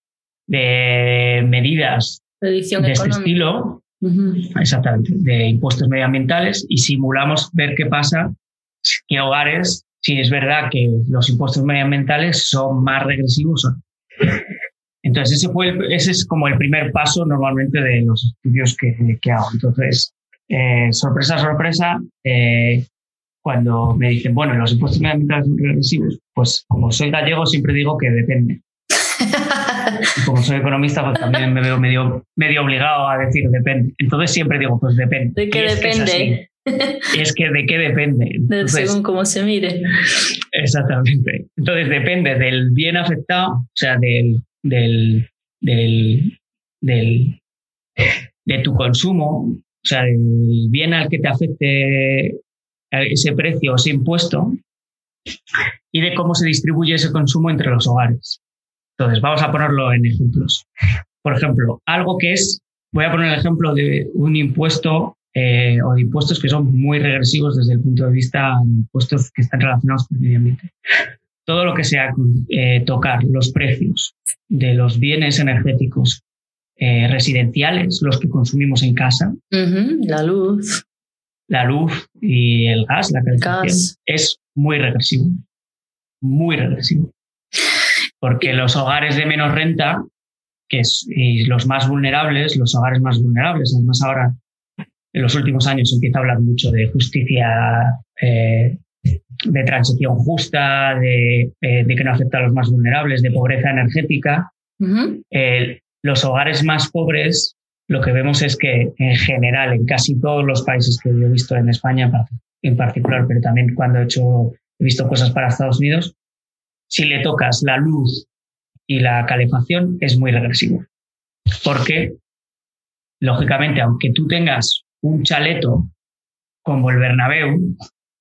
de medidas Edición de económica. Este estilo, uh-huh. exactamente, de impuestos medioambientales, y simulamos ver qué pasa, qué hogares, si es verdad que los impuestos medioambientales son más regresivos o no. Entonces, ese, fue el, ese es como el primer paso normalmente de los estudios que, que hago. Entonces, eh, sorpresa, sorpresa, eh, cuando me dicen, bueno, los impuestos medioambientales son regresivos, pues como soy gallego siempre digo que depende. Y como soy economista, pues también me veo medio, medio obligado a decir depende. Entonces siempre digo, pues depende. ¿De qué depende? Y es que de qué depende. Entonces, según cómo se mire. Exactamente. Entonces depende del bien afectado, o sea, del Del, del, del, de tu consumo, o sea, del bien al que te afecte ese precio o ese impuesto, y de cómo se distribuye ese consumo entre los hogares. Entonces, vamos a ponerlo en ejemplos. Por ejemplo, algo que es, voy a poner el ejemplo de un impuesto eh, o de impuestos que son muy regresivos desde el punto de vista de impuestos que están relacionados con el medio ambiente. Todo lo que sea eh, tocar los precios de los bienes energéticos eh, residenciales, los que consumimos en casa, uh-huh, la luz, la luz y el gas, la calefacción, gas. Es muy regresivo, muy regresivo. Porque los hogares de menos renta, que es y los más vulnerables, los hogares más vulnerables, además ahora en los últimos años se empieza a hablar mucho de justicia, eh, de transición justa, de, eh, de que no afecta a los más vulnerables, de pobreza energética. Uh-huh. Eh, los hogares más pobres, lo que vemos es que en general, en casi todos los países que yo he visto, en España en particular, pero también cuando he, hecho, he visto cosas para Estados Unidos, si le tocas la luz y la calefacción es muy regresivo. Porque, lógicamente, aunque tú tengas un chaleto como el Bernabéu,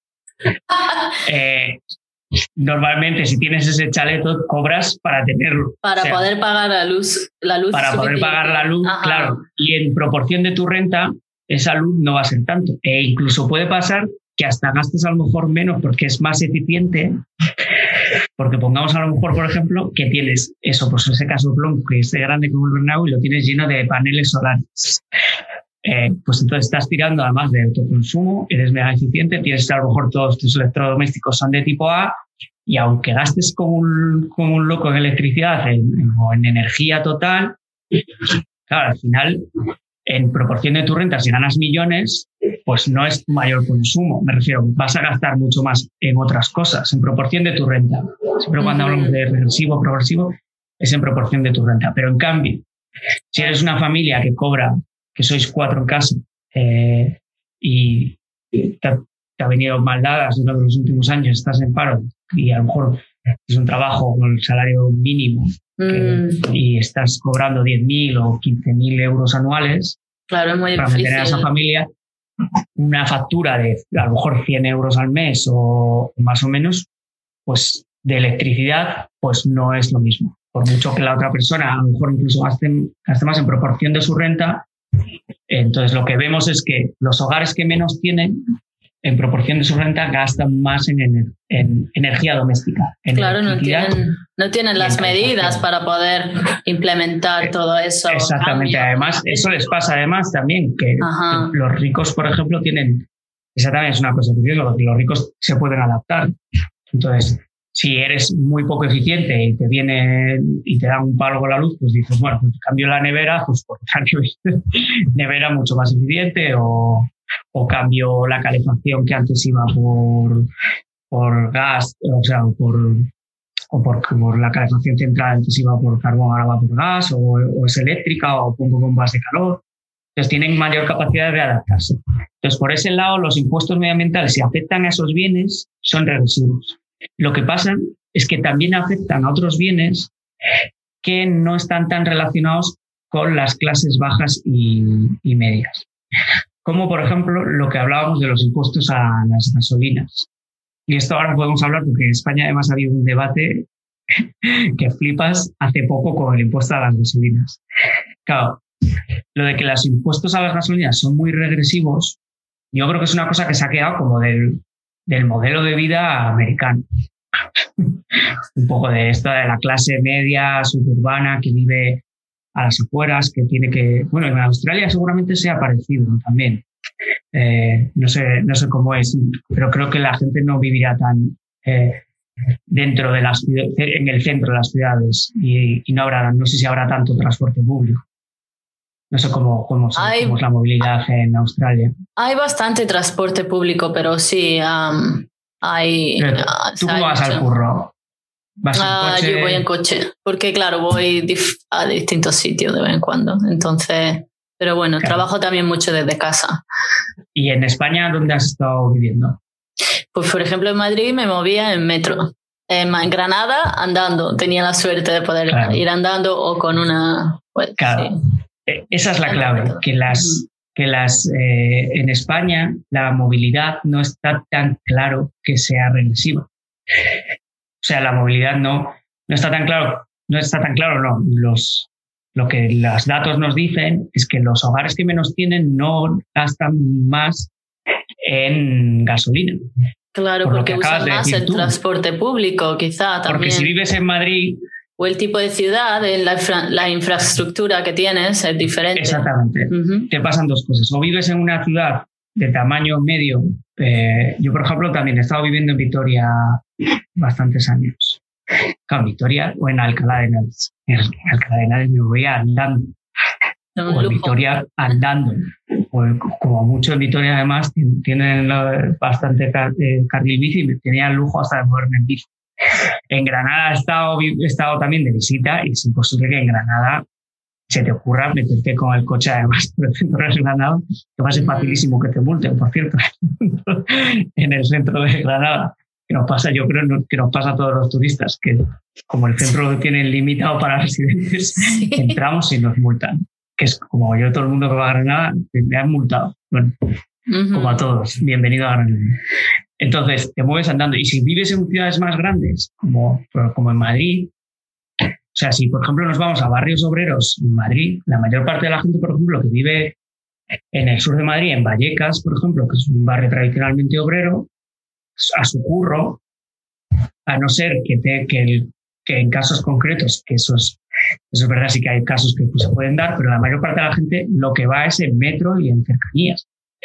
eh, normalmente si tienes ese chaleto cobras para tenerlo. Para o sea, poder pagar la luz. La luz para poder pagar la luz, Ajá. claro. Y en proporción de tu renta, esa luz no va a ser tanto. E incluso puede pasar que hasta gastes a lo mejor menos porque es más eficiente. Porque pongamos a lo mejor, por ejemplo, que tienes eso, pues ese casoplón que es de grande como el Bernabéu y lo tienes lleno de paneles solares. Eh, pues entonces estás tirando además de autoconsumo, eres mega eficiente, tienes a lo mejor todos tus electrodomésticos son de tipo A y aunque gastes como un, como un loco en electricidad en, o en energía total, claro, al final, en proporción de tu renta, si ganas millones, pues no es mayor consumo, me refiero, vas a gastar mucho más en otras cosas, en proporción de tu renta. Siempre cuando uh-huh. hablamos de regresivo, progresivo, es en proporción de tu renta. Pero en cambio, si eres una familia que cobra, que sois cuatro en casa eh, y te ha, te ha venido mal dadas durante los últimos años, estás en paro y a lo mejor es un trabajo con el salario mínimo que, mm. y estás cobrando diez mil o quince mil euros anuales, claro, es muy para difícil. mantener a esa familia, una factura de a lo mejor cien euros al mes o más o menos, pues de electricidad, pues no es lo mismo. Por mucho que la otra persona a lo mejor incluso gaste, gaste más en proporción de su renta. Entonces lo que vemos es que los hogares que menos tienen en proporción de su renta, gastan más en, en, en energía doméstica. En claro, no tienen, no tienen las medidas para poder implementar eh, todo eso. Exactamente, cambio. Además, eso les pasa además también, que Ajá. los ricos, por ejemplo, tienen, esa también es una cosa curiosa, los ricos se pueden adaptar. Entonces, si eres muy poco eficiente y te viene y te dan un palo con la luz, pues dices, bueno, pues cambio la nevera, pues por la nevera mucho más eficiente, o, o cambio la calefacción que antes iba por, por gas, o sea, por, o por, por la calefacción central antes iba por carbón, ahora va por gas, o, o es eléctrica, o pongo bombas de calor. Entonces tienen mayor capacidad de adaptarse. Entonces, por ese lado, los impuestos medioambientales, si afectan a esos bienes, son regresivos. Lo que pasa es que también afectan a otros bienes que no están tan relacionados con las clases bajas y, y medias. Como, por ejemplo, lo que hablábamos de los impuestos a las gasolinas. Y esto ahora podemos hablar porque en España además ha habido un debate que flipas hace poco con el impuesto a las gasolinas. Claro, lo de que los impuestos a las gasolinas son muy regresivos, yo creo que es una cosa que se ha quedado como del, del modelo de vida americano. Un poco de esto de la clase media suburbana que vive a las afueras, que tiene que... Bueno, en Australia seguramente sea parecido, ¿no? También. Eh, no sé, no sé cómo es, pero creo que la gente no vivirá tan eh, dentro de las en el centro de las ciudades y, y no habrá, no sé si habrá tanto transporte público. No sé cómo, cómo, hay, cómo es la movilidad en Australia. Hay bastante transporte público, pero sí um, hay... Pero, ¿Tú cómo vas al curro? ¿Vas en uh, coche? Yo voy en coche, porque claro, voy dif- a distintos sitios de vez en cuando. Entonces, pero bueno, claro. Trabajo también mucho desde casa. ¿Y en España dónde has estado viviendo? Pues por ejemplo en Madrid me movía en metro. En Granada andando. Tenía la suerte de poder claro. ir andando o con una... Pues, claro. Sí. Esa es la clave, que las, que las eh, en España la movilidad no está tan claro que sea regresiva. O sea, la movilidad no, no está tan claro, no está tan claro, no. Los, lo que los datos nos dicen es que los hogares que menos tienen no gastan más en gasolina. Claro, por porque usan más el tú. transporte público, quizá también. Porque si vives en Madrid... O el tipo de ciudad, la, infra, la infraestructura que tienes es diferente. Exactamente. Uh-huh. Te pasan dos cosas. O vives en una ciudad de tamaño medio. Eh, yo, por ejemplo, también he estado viviendo en Vitoria bastantes años. Claro, en Vitoria o en Alcalá de Henares. En Alcalá de Henares me voy andando. No, o en Vitoria andando. O, como mucho en Vitoria, además, tienen bastante car- eh, carril bici y me tenía el lujo hasta de moverme en bici. En Granada he estado, he estado también de visita y es imposible que en Granada se te ocurra meterte con el coche además por el centro de Granada, que va a ser facilísimo que te multen, por cierto, en el centro de Granada, que nos pasa, yo creo que nos pasa a todos los turistas, que como el centro lo tienen limitado para residentes, sí. entramos y nos multan, que es como yo, todo el mundo que va a Granada, me han multado, bueno, uh-huh. como a todos, bienvenido a Granada. Entonces, te mueves andando. Y si vives en ciudades más grandes, como, como en Madrid, o sea, si por ejemplo nos vamos a barrios obreros en Madrid, la mayor parte de la gente, por ejemplo, que vive en el sur de Madrid, en Vallecas, por ejemplo, que es un barrio tradicionalmente obrero, a su curro, a no ser que, te, que, el, que en casos concretos, que eso es, eso es verdad, sí que hay casos que pues, se pueden dar, pero la mayor parte de la gente lo que va es en metro y en cercanías.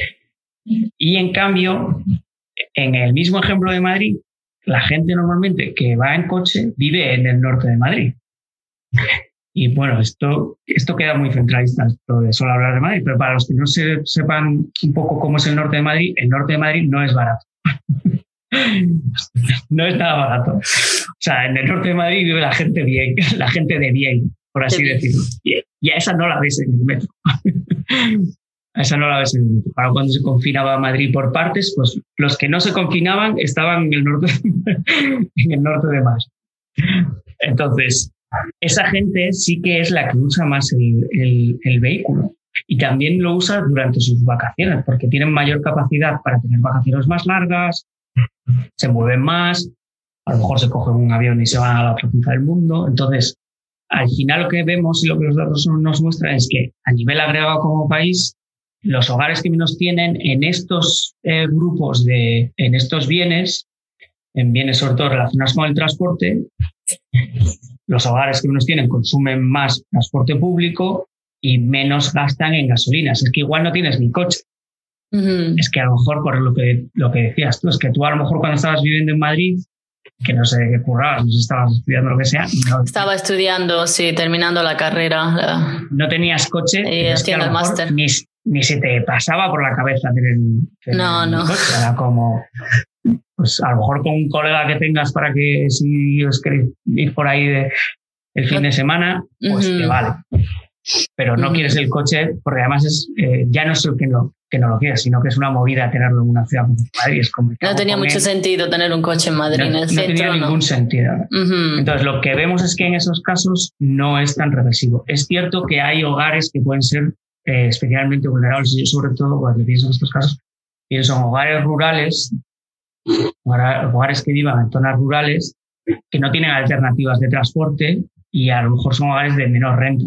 Y en cambio... En el mismo ejemplo de Madrid, la gente normalmente que va en coche vive en el norte de Madrid. Y bueno, esto, esto queda muy centralista, esto de solo hablar de Madrid, pero para los que no se, sepan un poco cómo es el norte de Madrid, el norte de Madrid no es barato. No es nada barato. O sea, en el norte de Madrid vive la gente bien, la gente de bien, por así decirlo. Y a esa no la ves en el metro. Esa no la ves en el metro. Ahora cuando se confinaba Madrid por partes, pues los que no se confinaban estaban en el norte, en el norte de Madrid. Entonces, esa gente sí que es la que usa más el, el, el vehículo. Y también lo usa durante sus vacaciones, porque tienen mayor capacidad para tener vacaciones más largas, se mueven más, a lo mejor se cogen un avión y se van a la otra punta del mundo. Entonces, al final lo que vemos y lo que los datos nos muestran es que a nivel agregado como país, los hogares que menos tienen en estos eh, grupos de, en estos bienes, en bienes sobre todo relacionados con el transporte, los hogares que menos tienen consumen más transporte público y menos gastan en gasolinas. Es que igual no tienes ni coche. Uh-huh. Es que a lo mejor, por lo que, lo que decías tú, es que tú a lo mejor cuando estabas viviendo en Madrid, que no sé qué currabas, no sé si estabas estudiando lo que sea. No, Estaba estudiando, sí, terminando la carrera. No tenías coche. Y haciendo el máster. Ni, ni se te pasaba por la cabeza tener, tener no, no. coche. Era como, pues a lo mejor con un colega que tengas para que si os queréis ir por ahí de, el fin de semana, pues uh-huh. te vale. Pero no uh-huh. quieres el coche porque además es eh, ya no es el que no, que no lo quieres, sino que es una movida tenerlo en una ciudad como Madrid. Es complicado. No tenía mucho él. sentido tener un coche en Madrid, no, en el no centro. Tenía no tenía ningún sentido. Uh-huh. Entonces, lo que vemos es que en esos casos no es tan regresivo. Es cierto que hay hogares que pueden ser eh, especialmente vulnerables. Yo, sobre todo, cuando pienso en estos casos, pienso en hogares rurales, hogares que vivan en zonas rurales, que no tienen alternativas de transporte y a lo mejor son hogares de menor renta.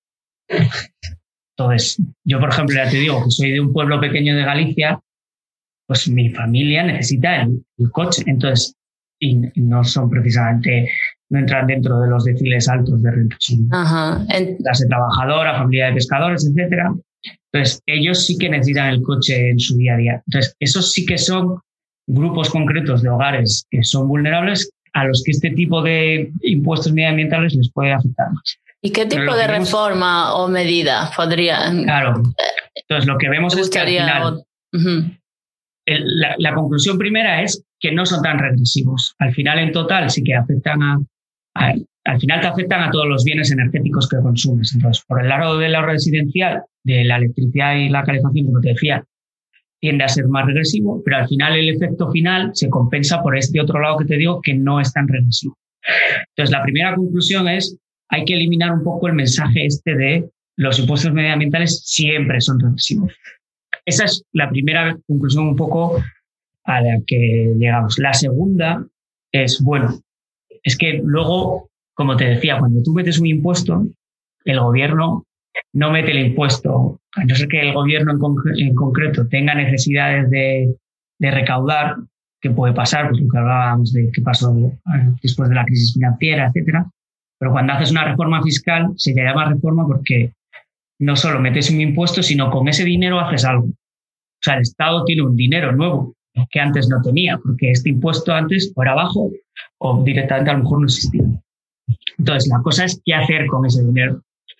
Entonces, yo, por ejemplo, ya te digo que soy de un pueblo pequeño de Galicia, pues mi familia necesita el, el coche. Entonces, y no son precisamente, no entran dentro de los deciles altos de renta. Son Ajá. clase trabajadora, familia de pescadores, etcétera. Entonces, ellos sí que necesitan el coche en su día a día. Entonces, esos sí que son grupos concretos de hogares que son vulnerables a los que este tipo de impuestos medioambientales les puede afectar más. ¿Y qué tipo de vemos, reforma o medida podrían? Claro. Entonces, lo que vemos es que al final, uh-huh. el, la, la conclusión primera es que no son tan regresivos. Al final, en total, sí que afectan a, a al final te afectan a todos los bienes energéticos que consumes. Entonces, por el lado del ahorro residencial, de la electricidad y la calefacción, como te decía, tiende a ser más regresivo, pero al final el efecto final se compensa por este otro lado que te digo que no es tan regresivo. Entonces, la primera conclusión es hay que eliminar un poco el mensaje este de los impuestos medioambientales siempre son regresivos. Esa es la primera conclusión un poco a la que llegamos. La segunda es, bueno, es que luego, como te decía, cuando tú metes un impuesto, el gobierno no mete el impuesto, a no ser que el gobierno en, conc- en concreto tenga necesidades de, de recaudar, que puede pasar, pues lo que hablábamos de qué pasó después de la crisis financiera, etcétera. Pero cuando haces una reforma fiscal, se le llama reforma porque no solo metes un impuesto, sino con ese dinero haces algo. O sea, el Estado tiene un dinero nuevo que antes no tenía, porque este impuesto antes o era bajo o directamente a lo mejor no existía. Entonces, la cosa es qué hacer con ese dinero.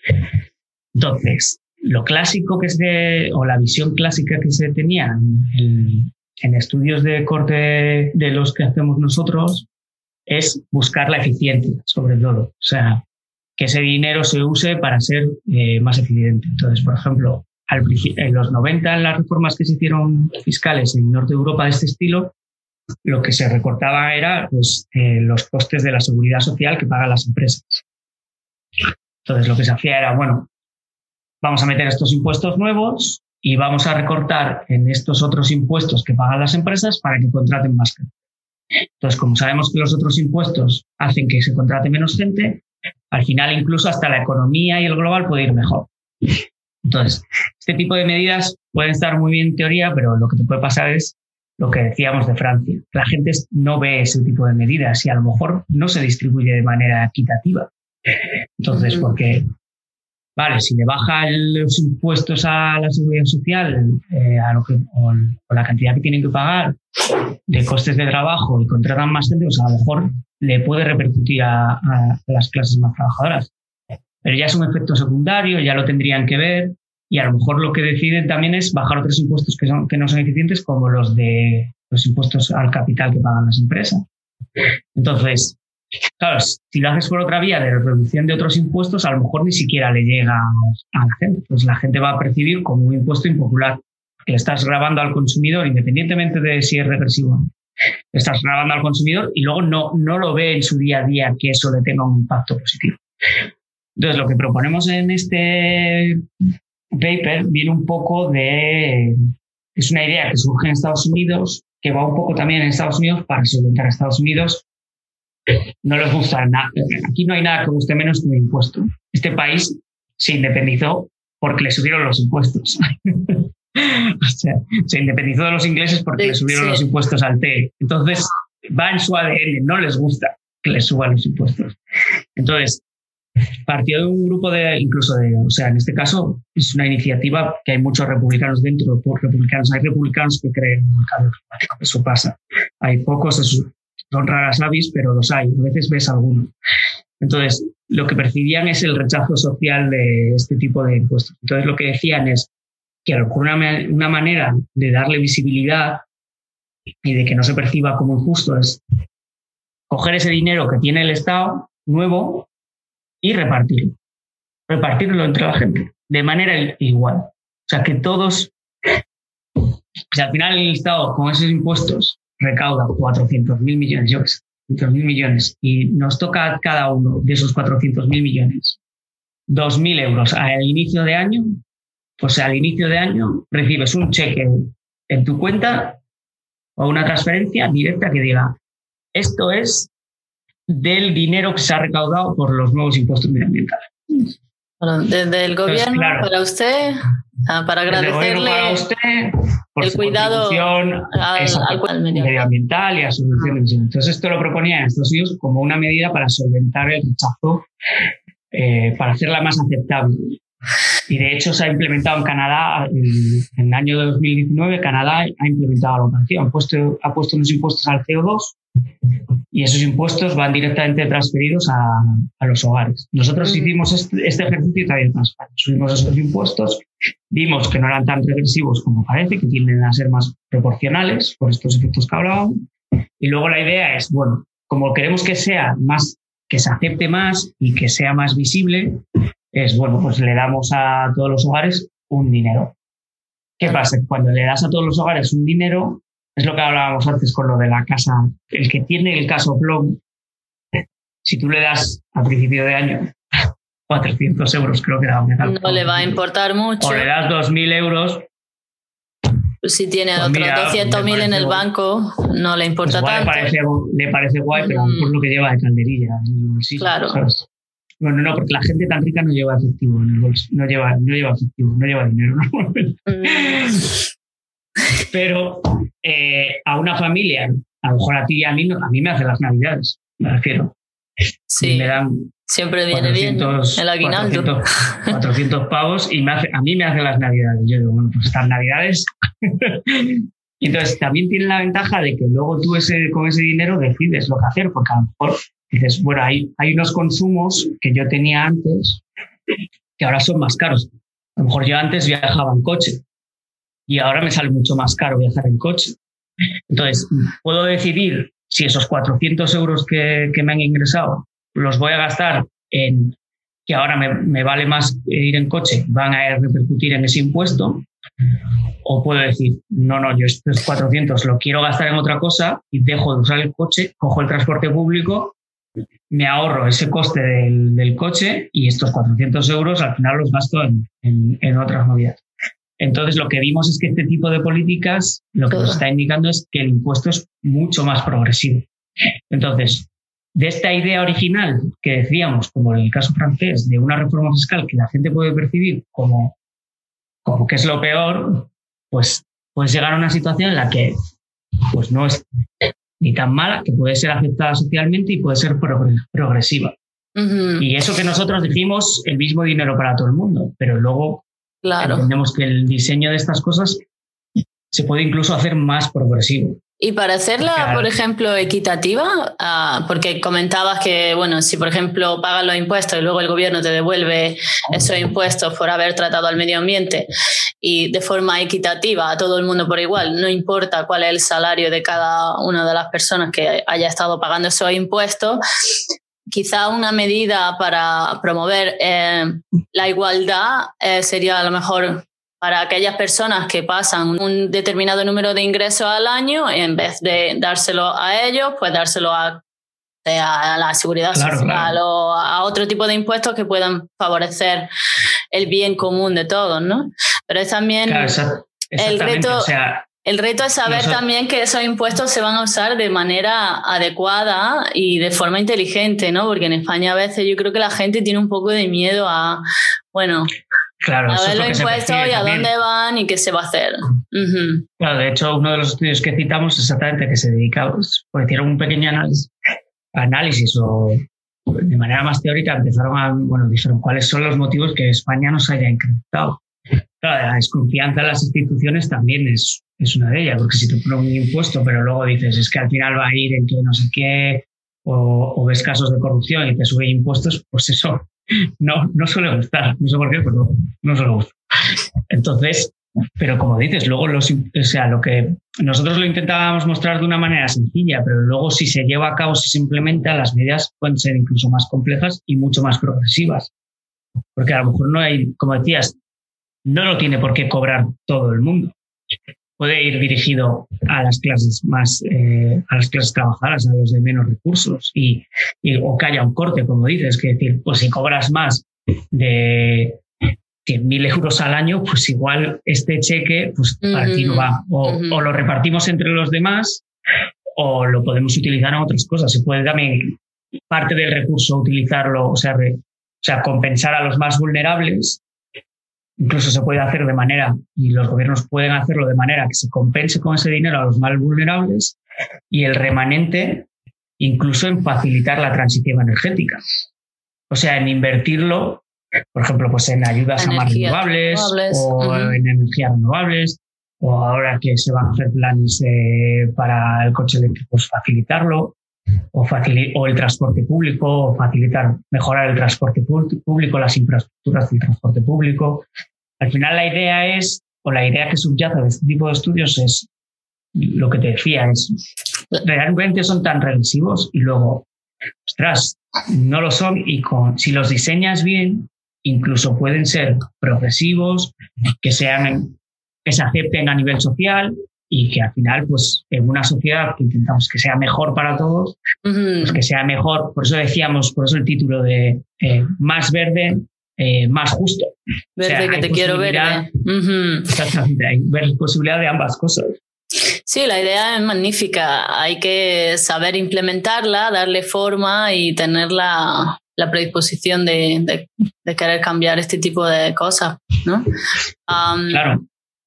Entonces, lo clásico que es de, o la visión clásica que se tenía en, en estudios de corte de los que hacemos nosotros es buscar la eficiencia, sobre todo. O sea, que ese dinero se use para ser eh, más eficiente. Entonces, por ejemplo, al, en los noventa, en las reformas que se hicieron fiscales en Norte de Europa de este estilo, lo que se recortaba era pues, eh, los costes de la seguridad social que pagan las empresas. Entonces, lo que se hacía era, bueno, vamos a meter estos impuestos nuevos y vamos a recortar en estos otros impuestos que pagan las empresas para que contraten más gente. Entonces, como sabemos que los otros impuestos hacen que se contrate menos gente, al final incluso hasta la economía y el global puede ir mejor. Entonces, este tipo de medidas pueden estar muy bien en teoría, pero lo que te puede pasar es lo que decíamos de Francia. La gente no ve ese tipo de medidas y a lo mejor no se distribuye de manera equitativa. Entonces, porque, vale, si le baja los impuestos a la seguridad social eh, a lo que, o, o la cantidad que tienen que pagar de costes de trabajo y contratan más gente, pues a lo mejor le puede repercutir a, a las clases más trabajadoras. Pero ya es un efecto secundario, ya lo tendrían que ver y a lo mejor lo que deciden también es bajar otros impuestos que, son, que no son eficientes, como los de los impuestos al capital que pagan las empresas. Entonces, claro, si lo haces por otra vía de reducción de otros impuestos, a lo mejor ni siquiera le llega a la gente. Pues la gente va a percibir como un impuesto impopular, que le estás grabando al consumidor, independientemente de si es regresivo o no. Le estás grabando al consumidor y luego no, no lo ve en su día a día que eso le tenga un impacto positivo. Entonces, lo que proponemos en este paper viene un poco de... Es una idea que surge en Estados Unidos, que va un poco también en Estados Unidos para solventar a Estados Unidos. No les gusta nada. Aquí no hay nada que guste menos que un impuesto. Este país se independizó porque le subieron los impuestos. O sea, se independizó de los ingleses porque sí, le subieron sí. los impuestos al té. Entonces, va en su A D N, no les gusta que les suban los impuestos. Entonces, partió de un grupo de, incluso de, o sea, en este caso es una iniciativa que hay muchos republicanos dentro, republicanos, hay republicanos que creen en el cambio climático, eso pasa. Hay pocos, son raras avis, pero los hay, a veces ves algunos. Entonces, lo que percibían es el rechazo social de este tipo de impuestos. Entonces, lo que decían es que una, una manera de darle visibilidad y de que no se perciba como injusto es coger ese dinero que tiene el Estado nuevo y repartirlo. Repartirlo entre la gente de manera igual. O sea, que todos... O sea, al final el Estado con esos impuestos recauda cuatrocientos mil millones, yo qué sé, cuatrocientos mil millones, y nos toca a cada uno de esos cuatrocientos mil millones dos mil euros al inicio de año. Pues al inicio de año recibes un cheque en tu cuenta o una transferencia directa que diga esto es del dinero que se ha recaudado por los nuevos impuestos medioambientales. Bueno, desde el gobierno, entonces, claro, para usted, para agradecerle para usted por el su cuidado al, al medioambiental y a su reducción de emisiones. Entonces esto lo proponía en Estados Unidos como una medida para solventar el rechazo, eh, para hacerla más aceptable. Y de hecho se ha implementado en Canadá, en, en el año dos mil diecinueve, Canadá ha implementado algo parecido. Ha puesto, ha puesto unos impuestos al C O dos y esos impuestos van directamente transferidos a, a los hogares. Nosotros hicimos este, este ejercicio también transparente. Subimos esos impuestos, vimos que no eran tan regresivos como parece, que tienden a ser más proporcionales por estos efectos que hablábamos. Y luego la idea es, bueno, como queremos que sea más, que se acepte más y que sea más visible, es, bueno, pues le damos a todos los hogares un dinero. ¿Qué pasa? Cuando le das a todos los hogares un dinero, es lo que hablábamos antes con lo de la casa, el que tiene el casoplón, si tú le das a principio de año cuatrocientos euros, creo que era una calma, no le va a importar mucho. O le das dos mil euros. Si tiene pues otros doscientos mil en el banco, no le importa pues tanto. Le parece, le parece guay, pero mm. por lo que lleva de calderilla en el bolsillo. Claro. ¿Sabes? Bueno, no, porque la gente tan rica no lleva efectivo en el bolso, no lleva, no lleva efectivo, no lleva dinero normalmente. Mm. Pero eh, a una familia, a lo mejor a ti y a mí, a mí me hacen las navidades, me refiero. Sí, me dan siempre viene cuatrocientos, bien el aguinaldo. cuatrocientos, cuatrocientos pavos y me hace, a mí me hacen las navidades. Yo digo, bueno, pues estas navidades. Y entonces también tiene la ventaja de que luego tú ese, con ese dinero decides lo que hacer, porque a lo mejor dices, bueno, hay, hay unos consumos que yo tenía antes que ahora son más caros. A lo mejor yo antes viajaba en coche y ahora me sale mucho más caro viajar en coche. Entonces, puedo decidir si esos cuatrocientos euros que, que me han ingresado los voy a gastar en que ahora me, me vale más ir en coche, van a repercutir en ese impuesto, o puedo decir, no, no, yo estos cuatrocientos lo quiero gastar en otra cosa y dejo de usar el coche, cojo el transporte público, me ahorro ese coste del, del coche y estos cuatrocientos euros al final los gasto en, en, en otras movidas. Entonces, lo que vimos es que este tipo de políticas lo que nos está indicando es que el impuesto es mucho más progresivo. Entonces, de esta idea original que decíamos, como en el caso francés, de una reforma fiscal que la gente puede percibir como, como que es lo peor, pues puedes llegar a una situación en la que pues no es ni tan mala, que puede ser aceptada socialmente y puede ser progresiva. Uh-huh. Y eso que nosotros dijimos, el mismo dinero para todo el mundo, pero luego claro, entendemos que el diseño de estas cosas se puede incluso hacer más progresivo. Y para hacerla, claro, por ejemplo, equitativa, uh, porque comentabas que, bueno, si por ejemplo pagas los impuestos y luego el gobierno te devuelve esos impuestos por haber tratado al medio ambiente y de forma equitativa a todo el mundo por igual, no importa cuál es el salario de cada una de las personas que haya estado pagando esos impuestos, quizá una medida para promover eh, la igualdad eh, sería a lo mejor para aquellas personas que pasan un determinado número de ingresos al año, en vez de dárselo a ellos, pues dárselo a, a la seguridad claro, social claro. o a otro tipo de impuestos que puedan favorecer el bien común de todos, ¿no? Pero es también claro, exact- el reto... O sea, El reto es saber nosotros... también que esos impuestos se van a usar de manera adecuada y de forma inteligente, ¿no? Porque en España a veces yo creo que la gente tiene un poco de miedo a, bueno, Claro, a eso ver es lo los que se impuestos percibe y a también. dónde van y qué se va a hacer. Uh-huh. Claro, de hecho, uno de los estudios que citamos exactamente que se dedica, pues, pues hicieron un pequeño análisis, análisis o de manera más teórica empezaron a, bueno, dijeron cuáles son los motivos que España no se haya incrementado. Claro, la desconfianza en las instituciones también es, es una de ellas, porque si te ponen un impuesto, pero luego dices, es que al final va a ir en que no sé qué, o, o ves casos de corrupción y te suben impuestos, pues eso no, no suele gustar. No sé por qué, pero no suele gustar. Entonces, pero como dices, luego los, o sea, lo que nosotros lo intentábamos mostrar de una manera sencilla, pero luego si se lleva a cabo, si se implementa, las medidas pueden ser incluso más complejas y mucho más progresivas. Porque a lo mejor no hay, como decías, no lo tiene por qué cobrar todo el mundo. Puede ir dirigido a las clases más, eh, a las clases trabajadoras, a los de menos recursos, y, y o que haya un corte, como dices, que decir, pues si cobras más de cien mil euros al año, pues igual este cheque, pues uh-huh. para ti no va. O, uh-huh. o lo repartimos entre los demás, o lo podemos utilizar en otras cosas. Se puede también parte del recurso utilizarlo, o sea, re, o sea, compensar a los más vulnerables. Incluso se puede hacer de manera, y los gobiernos pueden hacerlo de manera que se compense con ese dinero a los más vulnerables y el remanente incluso en facilitar la transición energética. O sea, en invertirlo, por ejemplo, pues en ayudas a más renovables, renovables o uh-huh. en energías renovables, o ahora que se van a hacer planes eh, para el coche eléctrico, pues facilitarlo, o, facil- o el transporte público, o facilitar, mejorar el transporte público, las infraestructuras del transporte público. Al final la idea es, o la idea que subyace de este tipo de estudios es lo que te decía, es realmente son tan regresivos y luego, ostras, no lo son y con, si los diseñas bien, incluso pueden ser progresivos, que sean, que se acepten a nivel social y que al final, pues, en una sociedad que intentamos que sea mejor para todos, uh-huh. pues que sea mejor. Por eso decíamos, por eso el título de eh, más verde, eh, más justo. Verde, o sea, que te quiero verde. Uh-huh. Exactamente, hay posibilidad de ambas cosas. Sí, la idea es magnífica. Hay que saber implementarla, darle forma y tener la, la predisposición de, de, de querer cambiar este tipo de cosas, ¿no? Um, claro.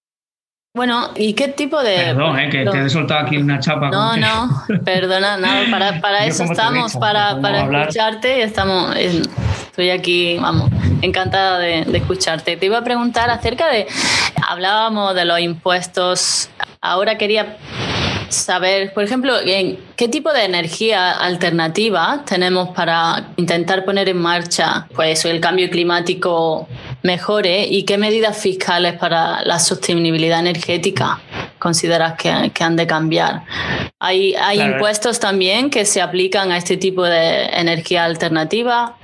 Bueno, ¿y qué tipo de...? Perdón, eh, que no. te he soltado aquí una chapa. No, no, perdona, no, para, para eso estamos, derecha, para, para escucharte y estamos... Estoy aquí, vamos, encantada de, de escucharte. Te iba a preguntar acerca de... Hablábamos de los impuestos, ahora quería saber, por ejemplo, en qué tipo de energía alternativa tenemos para intentar poner en marcha pues el cambio climático mejore y qué medidas fiscales para la sostenibilidad energética consideras que, que han de cambiar. ¿Hay, hay claro. impuestos también que se aplican a este tipo de energía alternativa?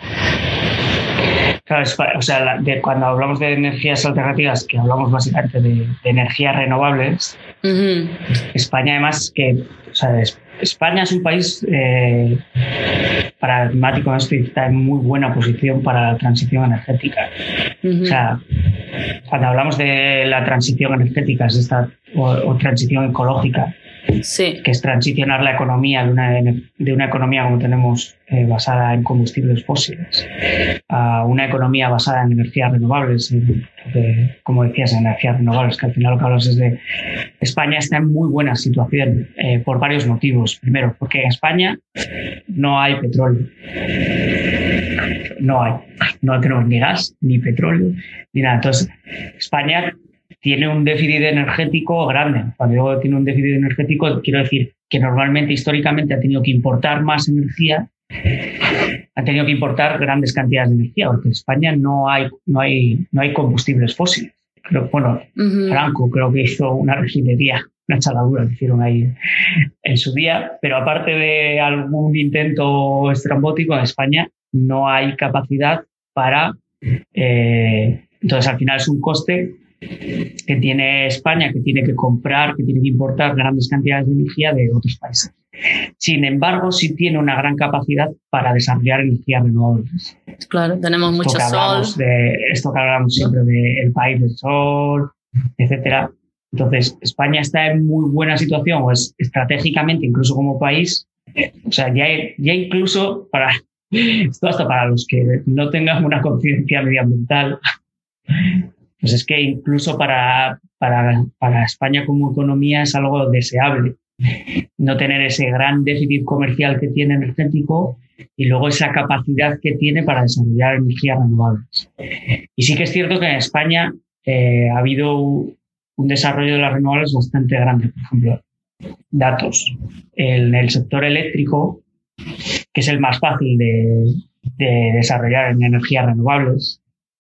Claro, o sea, la, de, cuando hablamos de energías alternativas, que hablamos básicamente de, de energías renovables, uh-huh. España además que, o sea, es, España es un país eh, pragmático en esto y está en muy buena posición para la transición energética. Uh-huh. O sea, cuando hablamos de la transición energética, es esta o, o transición ecológica. Sí. Que es transicionar la economía de una, de una economía como tenemos eh, basada en combustibles fósiles a una economía basada en energías renovables, en, de, como decías, en energías renovables, que al final lo que hablas es de España está en muy buena situación eh, por varios motivos. Primero, porque en España no hay petróleo. No hay. No tenemos ni gas, ni petróleo, ni nada. Entonces, España tiene un déficit energético grande. Cuando digo tiene un déficit energético, quiero decir que normalmente, históricamente, ha tenido que importar más energía, ha tenido que importar grandes cantidades de energía, porque en España no hay, no hay, no hay combustibles fósiles. Creo, bueno, uh-huh. Franco creo que hizo una refinería, una chaladura que hicieron ahí en su día, pero aparte de algún intento estrambótico, en España no hay capacidad para... Eh, entonces, al final es un coste que tiene España, que tiene que comprar, que tiene que importar grandes cantidades de energía de otros países. Sin embargo, sí tiene una gran capacidad para desarrollar energías renovables. Claro, tenemos mucho sol. De, esto que hablamos siempre del país del sol, etcétera. Entonces, España está en muy buena situación, pues estratégicamente, incluso como país. Eh, o sea, ya, ya incluso para esto hasta para los que no tengan una conciencia medioambiental, pues es que incluso para, para, para España como economía es algo deseable no tener ese gran déficit comercial que tiene energético y luego esa capacidad que tiene para desarrollar energías renovables. Y sí que es cierto que en España eh, ha habido un desarrollo de las renovables bastante grande. Por ejemplo, datos. En el sector eléctrico, que es el más fácil de, de desarrollar en energías renovables,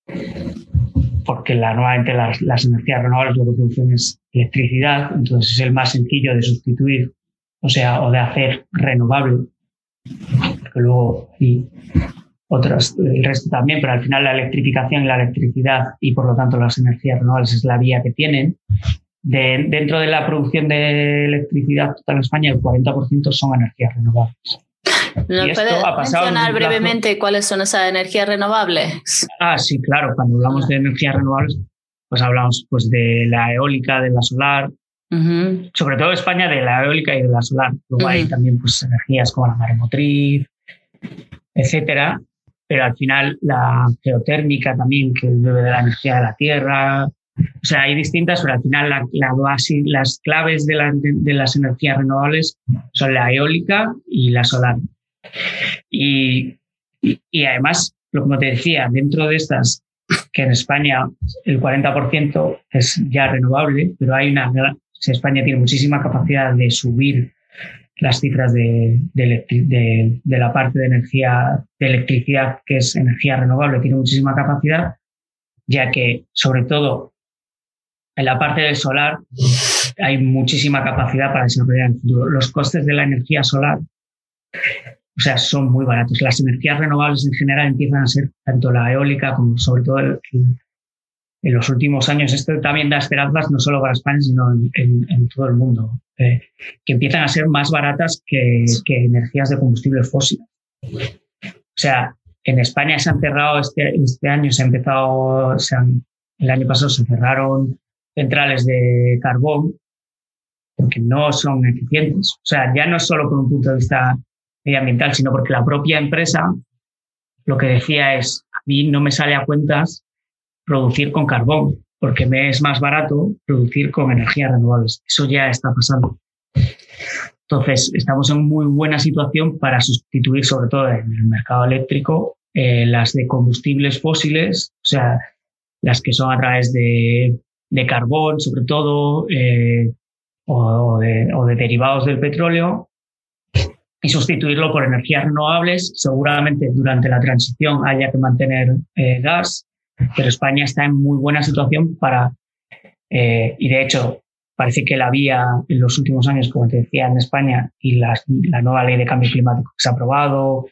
porque la, nuevamente las, las energías renovables lo que producen es electricidad, entonces es el más sencillo de sustituir, o sea, o de hacer renovable, porque luego hay otras, el resto también, pero al final la electrificación y la electricidad y por lo tanto las energías renovables es la vía que tienen. De, dentro de la producción de electricidad total en España, el cuarenta por ciento son energías renovables. ¿Nos puedes mencionar brevemente cuáles son esas energías renovables? Ah, sí, claro. Cuando hablamos de energías renovables, pues hablamos pues, de la eólica, de la solar, uh-huh. sobre todo en España de la eólica y de la solar. Luego uh-huh. hay también pues, energías como la maremotriz, etcétera. Pero al final la geotérmica también, que bebe de la energía de la tierra. O sea, hay distintas, pero al final la, la base, las claves de, la, de, de las energías renovables son la eólica y la solar. Y, y, y además, como te decía, dentro de estas, que en España el cuarenta por ciento es ya renovable, pero hay una, o sea, España tiene muchísima capacidad de subir las cifras de, de, electri- de, de la parte de energía, de electricidad, que es energía renovable, tiene muchísima capacidad, ya que sobre todo en la parte del solar hay muchísima capacidad para desarrollar en el futuro. Los costes de la energía solar, o sea, son muy baratos. Las energías renovables en general empiezan a ser tanto la eólica como sobre todo el, el, en los últimos años. Esto también da esperanzas no solo para España, sino en, en, en todo el mundo, eh, que empiezan a ser más baratas que, que energías de combustible fósil. O sea, en España se han cerrado este, este año, se ha empezado, se han, el año pasado se cerraron centrales de carbón porque no son eficientes. O sea, ya no es solo por un punto de vista medioambiental, sino porque la propia empresa lo que decía es, a mí no me sale a cuentas producir con carbón, porque me es más barato producir con energías renovables. Eso ya está pasando. Entonces, estamos en muy buena situación para sustituir, sobre todo en el mercado eléctrico, eh, las de combustibles fósiles, o sea, las que son a través de, de carbón, sobre todo, eh, o, de, o de derivados del petróleo, y sustituirlo por energías renovables. Seguramente durante la transición haya que mantener eh, gas, pero España está en muy buena situación para, eh, y de hecho parece que la vía en los últimos años, como te decía, en España, y las, la nueva ley de cambio climático que se ha aprobado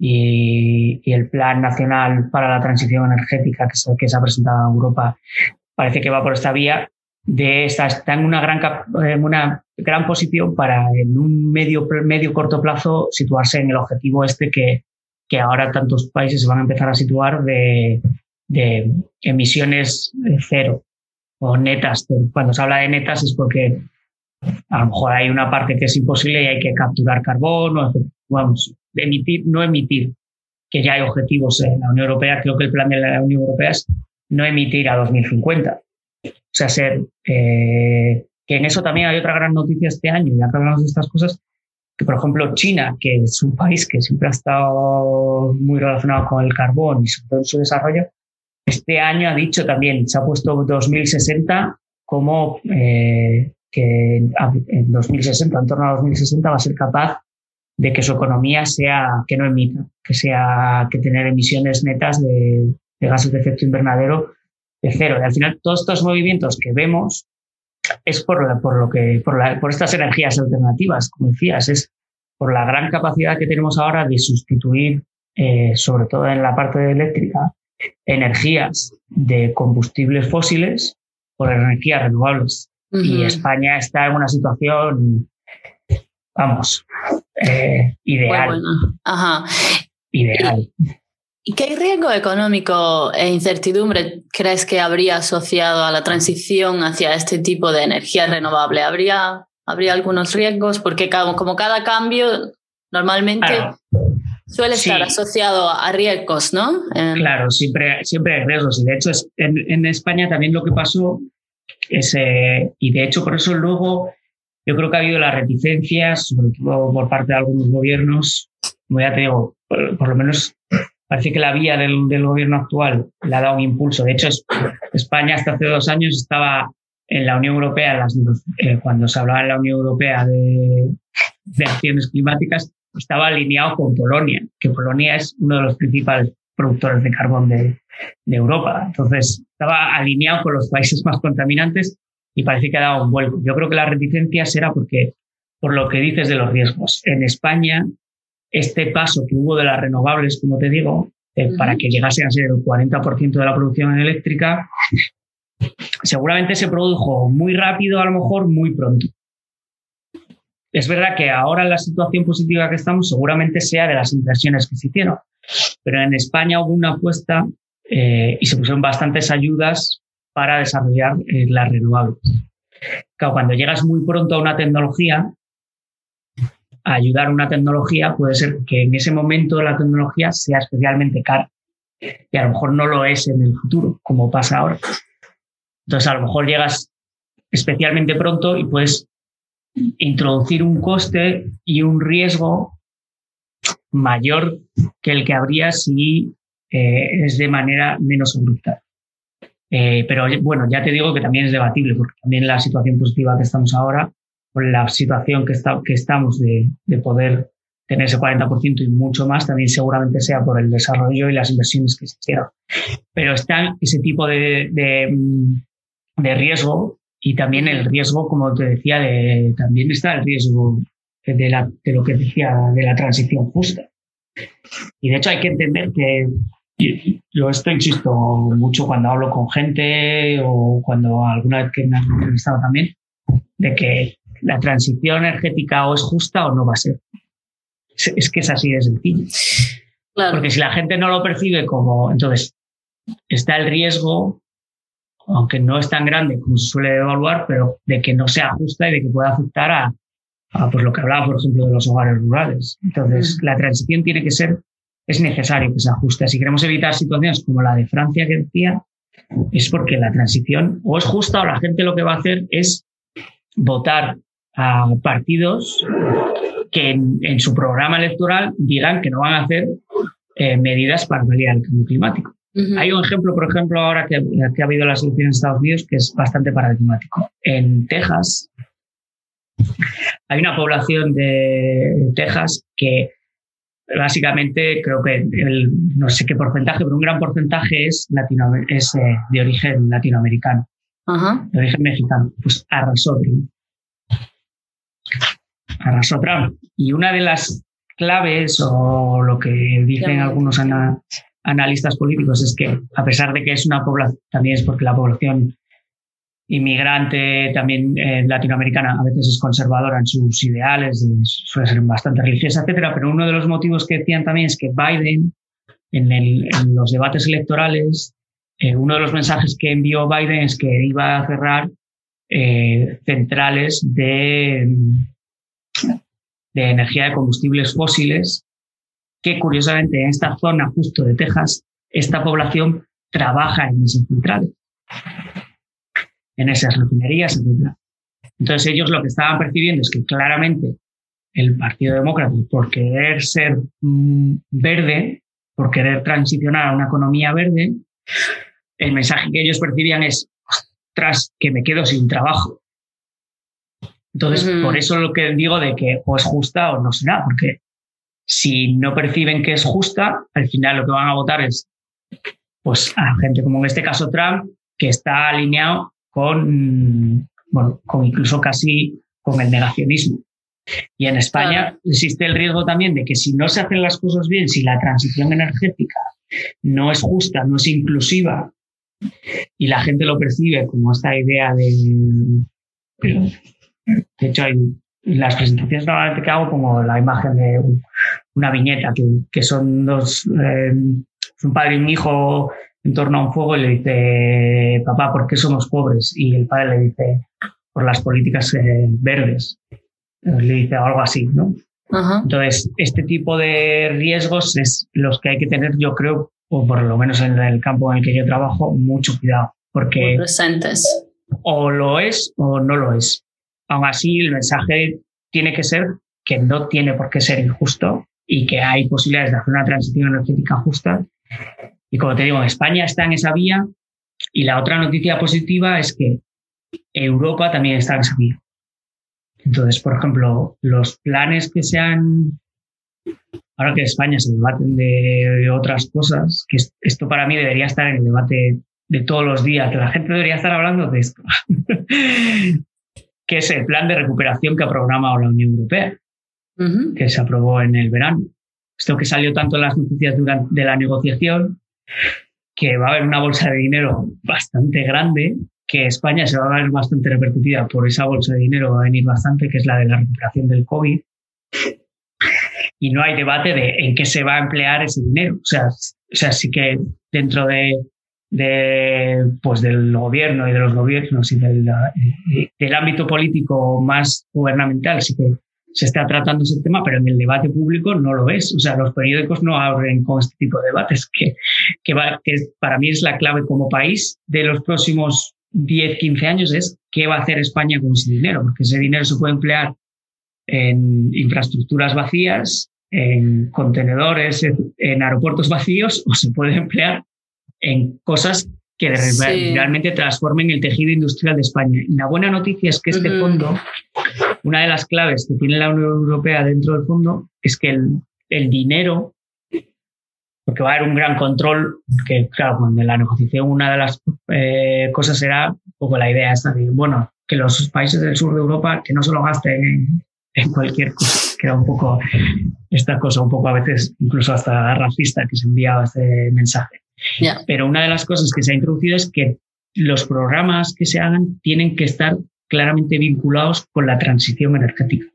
y, y el plan nacional para la transición energética que se, que se ha presentado en Europa, parece que va por esta vía. De esta, está en una gran, en una gran posición para en un medio, medio corto plazo situarse en el objetivo este que, que ahora tantos países se van a empezar a situar de, de emisiones cero o netas. Cuando se habla de netas es porque a lo mejor hay una parte que es imposible y hay que capturar carbón o vamos, emitir, no emitir, que ya hay objetivos en la Unión Europea. Creo que el plan de la Unión Europea es no emitir a dos mil cincuenta. O sea, ser, eh, que en eso también hay otra gran noticia este año, ya que hablamos de estas cosas, que por ejemplo China, que es un país que siempre ha estado muy relacionado con el carbón y sobre todo en su desarrollo, este año ha dicho también, se ha puesto dos mil sesenta como eh, que en dos mil sesenta, en torno a dos mil sesenta, va a ser capaz de que su economía sea, que no emita, que sea, que tener emisiones netas de, de gases de efecto invernadero de cero. Y al final todos estos movimientos que vemos es por, la, por, lo que, por, la, por estas energías alternativas, como decías, es por la gran capacidad que tenemos ahora de sustituir, eh, sobre todo en la parte eléctrica, energías de combustibles fósiles por energías renovables. Uh-huh. Y España está en una situación, vamos, eh, ideal. Bueno, ajá. Ideal. ¿Y qué riesgo económico e incertidumbre crees que habría asociado a la transición hacia este tipo de energía renovable? ¿Habría, habría algunos riesgos? Porque como cada cambio, normalmente... Claro. Suele estar Sí. asociado a riesgos, ¿no? Eh, Claro, siempre, siempre hay riesgos. Y de hecho, es, en, en España también lo que pasó es, eh, y de hecho por eso luego yo creo que ha habido las reticencias, sobre todo por parte de algunos gobiernos, como ya te digo, por, por lo menos parece que la vía del, del gobierno actual le ha dado un impulso. De hecho, es, España hasta hace dos años estaba en la Unión Europea, las, eh, cuando se hablaba en la Unión Europea de, de acciones climáticas, estaba alineado con Polonia, que Polonia es uno de los principales productores de carbón de, de Europa. Entonces, estaba alineado con los países más contaminantes y parece que ha dado un vuelco. Yo creo que la reticencia será porque, por lo que dices de los riesgos. En España, este paso que hubo de las renovables, como te digo, eh, uh-huh. para que llegasen a ser el cuarenta por ciento de la producción eléctrica, seguramente se produjo muy rápido, a lo mejor muy pronto. Es verdad que ahora en la situación positiva que estamos seguramente sea de las inversiones que se hicieron, pero en España hubo una apuesta eh, y se pusieron bastantes ayudas para desarrollar eh, las renovables. Claro, cuando llegas muy pronto a una tecnología, a ayudar a una tecnología, puede ser que en ese momento la tecnología sea especialmente cara y a lo mejor no lo es en el futuro, como pasa ahora. Entonces, a lo mejor llegas especialmente pronto y puedes introducir un coste y un riesgo mayor que el que habría si eh, es de manera menos abrupta. Eh, pero bueno, ya te digo que también es debatible, porque también la situación positiva que estamos ahora, con la situación que, está, que estamos de, de poder tener ese cuarenta por ciento y mucho más, también seguramente sea por el desarrollo y las inversiones que se hicieron. Pero está ese tipo de, de, de riesgo. Y también el riesgo, como te decía, de, también está el riesgo de, la, de lo que decía, de la transición justa. Y de hecho hay que entender que, yo esto insisto mucho cuando hablo con gente o cuando alguna vez que me han entrevistado también, de que la transición energética o es justa o no va a ser. Es, es que es así de sencillo. Claro. Porque si la gente no lo percibe como... Entonces, está el riesgo, aunque no es tan grande como se suele evaluar, pero de que no sea justa y de que pueda afectar a, a pues lo que hablaba, por ejemplo, de los hogares rurales. Entonces, mm. la transición tiene que ser, es necesario que sea justa. Si queremos evitar situaciones como la de Francia que decía, es porque la transición o es justa o la gente lo que va a hacer es votar a partidos que en, en su programa electoral digan que no van a hacer eh, medidas para paliar el cambio climático. Uh-huh. Hay un ejemplo, por ejemplo, ahora que, que ha habido las elecciones en Estados Unidos, que es bastante paradigmático. En Texas hay una población de Texas que básicamente creo que el, no sé qué porcentaje, pero un gran porcentaje es, latino, es eh, de origen latinoamericano, uh-huh. de origen mexicano. Pues arrasó Trump. Arrasó Trump. Y una de las claves, o lo que dicen yeah. algunos ana, analistas políticos, es que a pesar de que es una población, también es porque la población inmigrante también eh, latinoamericana a veces es conservadora en sus ideales, suele ser bastante religiosa, etcétera, pero uno de los motivos que decían también es que Biden, en, el, en los debates electorales, eh, uno de los mensajes que envió Biden es que iba a cerrar eh, centrales de, de energía de combustibles fósiles, que curiosamente en esta zona justo de Texas, esta población trabaja en esas centrales, en esas refinerías, etcétera. Entonces ellos lo que estaban percibiendo es que claramente el Partido Demócrata, por querer ser mmm, verde, por querer transicionar a una economía verde, el mensaje que ellos percibían es, ostras, que me quedo sin trabajo. Entonces, uh-huh. por eso lo que digo de que o es justa o no será, porque si no perciben que es justa, al final lo que van a votar es pues a gente como en este caso Trump, que está alineado con, bueno, con incluso casi con el negacionismo. Y en España claro. existe el riesgo también de que si no se hacen las cosas bien, si la transición energética no es justa, no es inclusiva, y la gente lo percibe como esta idea de... De hecho, en las presentaciones normalmente que hago como la imagen de una viñeta que, que son dos, eh, un padre y un hijo en torno a un fuego y le dice, papá, ¿por qué somos pobres? Y el padre le dice, por las políticas eh, verdes. Le dice algo así, ¿no? Ajá. Entonces, este tipo de riesgos es los que hay que tener, yo creo, o por lo menos en el campo en el que yo trabajo, mucho cuidado, porque muy presentes. O lo es o no lo es. Aún así, el mensaje tiene que ser que no tiene por qué ser injusto y que hay posibilidades de hacer una transición energética justa. Y como te digo, España está en esa vía, y la otra noticia positiva es que Europa también está en esa vía. Entonces, por ejemplo, los planes que se han... Ahora que en España se debaten de otras cosas, que esto para mí debería estar en el debate de todos los días, que la gente debería estar hablando de esto, que es el plan de recuperación que ha programado la Unión Europea, uh-huh. que se aprobó en el verano. Esto que salió tanto en las noticias durante de la negociación, que va a haber una bolsa de dinero bastante grande, que España se va a ver bastante repercutida por esa bolsa de dinero, va a venir bastante, que es la de la recuperación del COVID. Y no hay debate de en qué se va a emplear ese dinero. O sea, o sea sí que dentro de, de, pues del gobierno y de los gobiernos y del, del ámbito político más gubernamental sí que se está tratando ese tema, pero en el debate público no lo es. O sea, los periódicos no abren con este tipo de debates, que, que, va, que para mí es la clave como país de los próximos diez, quince años, es qué va a hacer España con ese dinero, porque ese dinero se puede emplear en infraestructuras vacías, en contenedores, en aeropuertos vacíos, o se puede emplear en cosas que sí. realmente transformen el tejido industrial de España. Y la buena noticia es que este uh-huh. fondo, una de las claves que tiene la Unión Europea dentro del fondo, es que el, el dinero, porque va a haber un gran control, que claro, cuando en la negociación una de las eh, cosas era un poco la idea esta de, bueno, que los países del sur de Europa que no se lo gasten en, en cualquier cosa, que era un poco esta cosa, un poco a veces incluso hasta racista que se enviaba este mensaje. Yeah. Pero una de las cosas que se ha introducido es que los programas que se hagan tienen que estar claramente vinculados con la transición energética.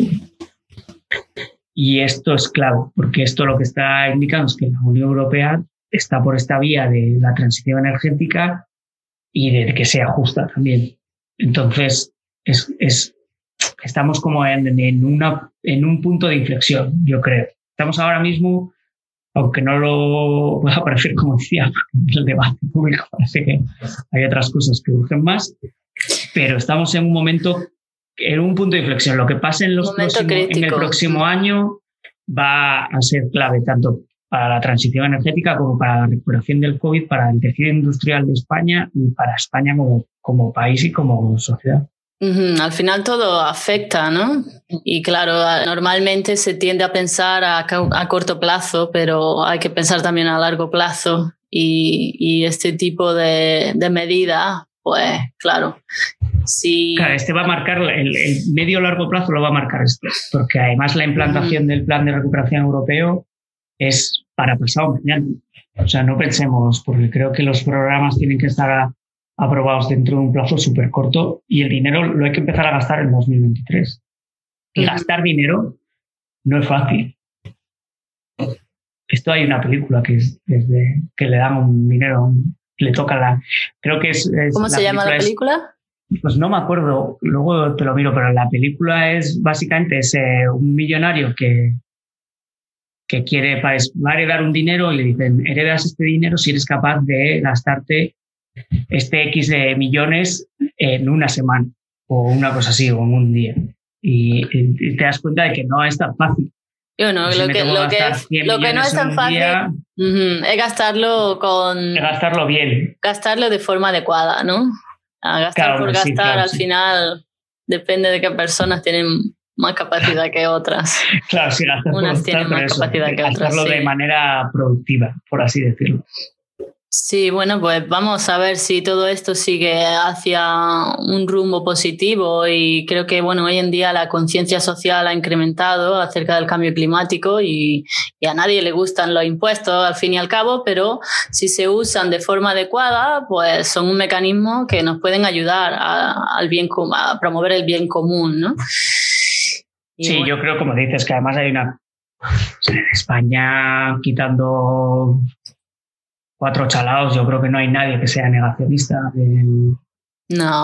Y esto es clave, porque esto lo que está indicando es que la Unión Europea está por esta vía de la transición energética y de que sea justa también. Entonces, es, es, estamos como en, en, una, en un punto de inflexión, yo creo. Estamos ahora mismo, aunque no lo pueda parecer, como decía, en el debate público parece que hay otras cosas que urgen más, pero estamos en un momento, en un punto de inflexión. Lo que pase en, los próximos, en el próximo año va a ser clave tanto para la transición energética como para la recuperación del COVID, para el tejido industrial de España y para España como, como país y como sociedad. Uh-huh. Al final todo afecta, ¿no? Y claro, normalmente se tiende a pensar a, a corto plazo, pero hay que pensar también a largo plazo, y, y este tipo de, de medidas, pues claro, sí. Claro, este va a marcar, el, el medio largo plazo lo va a marcar esto, porque además la implantación uh-huh. del plan de recuperación europeo es para pasado mañana. O sea, no pensemos, porque creo que los programas tienen que estar a, aprobados dentro de un plazo súper corto, y el dinero lo hay que empezar a gastar en dos mil veintitrés. Y uh-huh. gastar dinero no es fácil. Esto hay una película que es, es de, que le dan un dinero, un, le toca la... Creo que es... es ¿Cómo se llama la película? Es, pues no me acuerdo, luego te lo miro, pero la película es básicamente es, eh, un millonario que, que quiere, va a heredar un dinero y le dicen, heredas este dinero si eres capaz de gastarte este X de millones en una semana o una cosa así, o en un día. Y, y te das cuenta de que no es tan fácil. Yo no, lo que, lo, que es, lo que no es tan fácil día, uh-huh, es gastarlo con... Es gastarlo bien. Gastarlo de forma adecuada, ¿no? A gastar claro, por gastar, sí, claro, al sí. final depende de qué personas tienen más capacidad que otras. Claro, sí, gastar Unas por tienen gastar, más eso, capacidad que otras. Gastarlo sí. de manera productiva, por así decirlo. Sí, bueno, pues vamos a ver si todo esto sigue hacia un rumbo positivo, y creo que, bueno, hoy en día la conciencia social ha incrementado acerca del cambio climático, y, y a nadie le gustan los impuestos al fin y al cabo, pero si se usan de forma adecuada, pues son un mecanismo que nos pueden ayudar a, al bien, a promover el bien común, ¿no? Y sí, bueno, yo creo, como dices, que además hay una... España, quitando... cuatro chalados, yo creo que no hay nadie que sea negacionista del, no.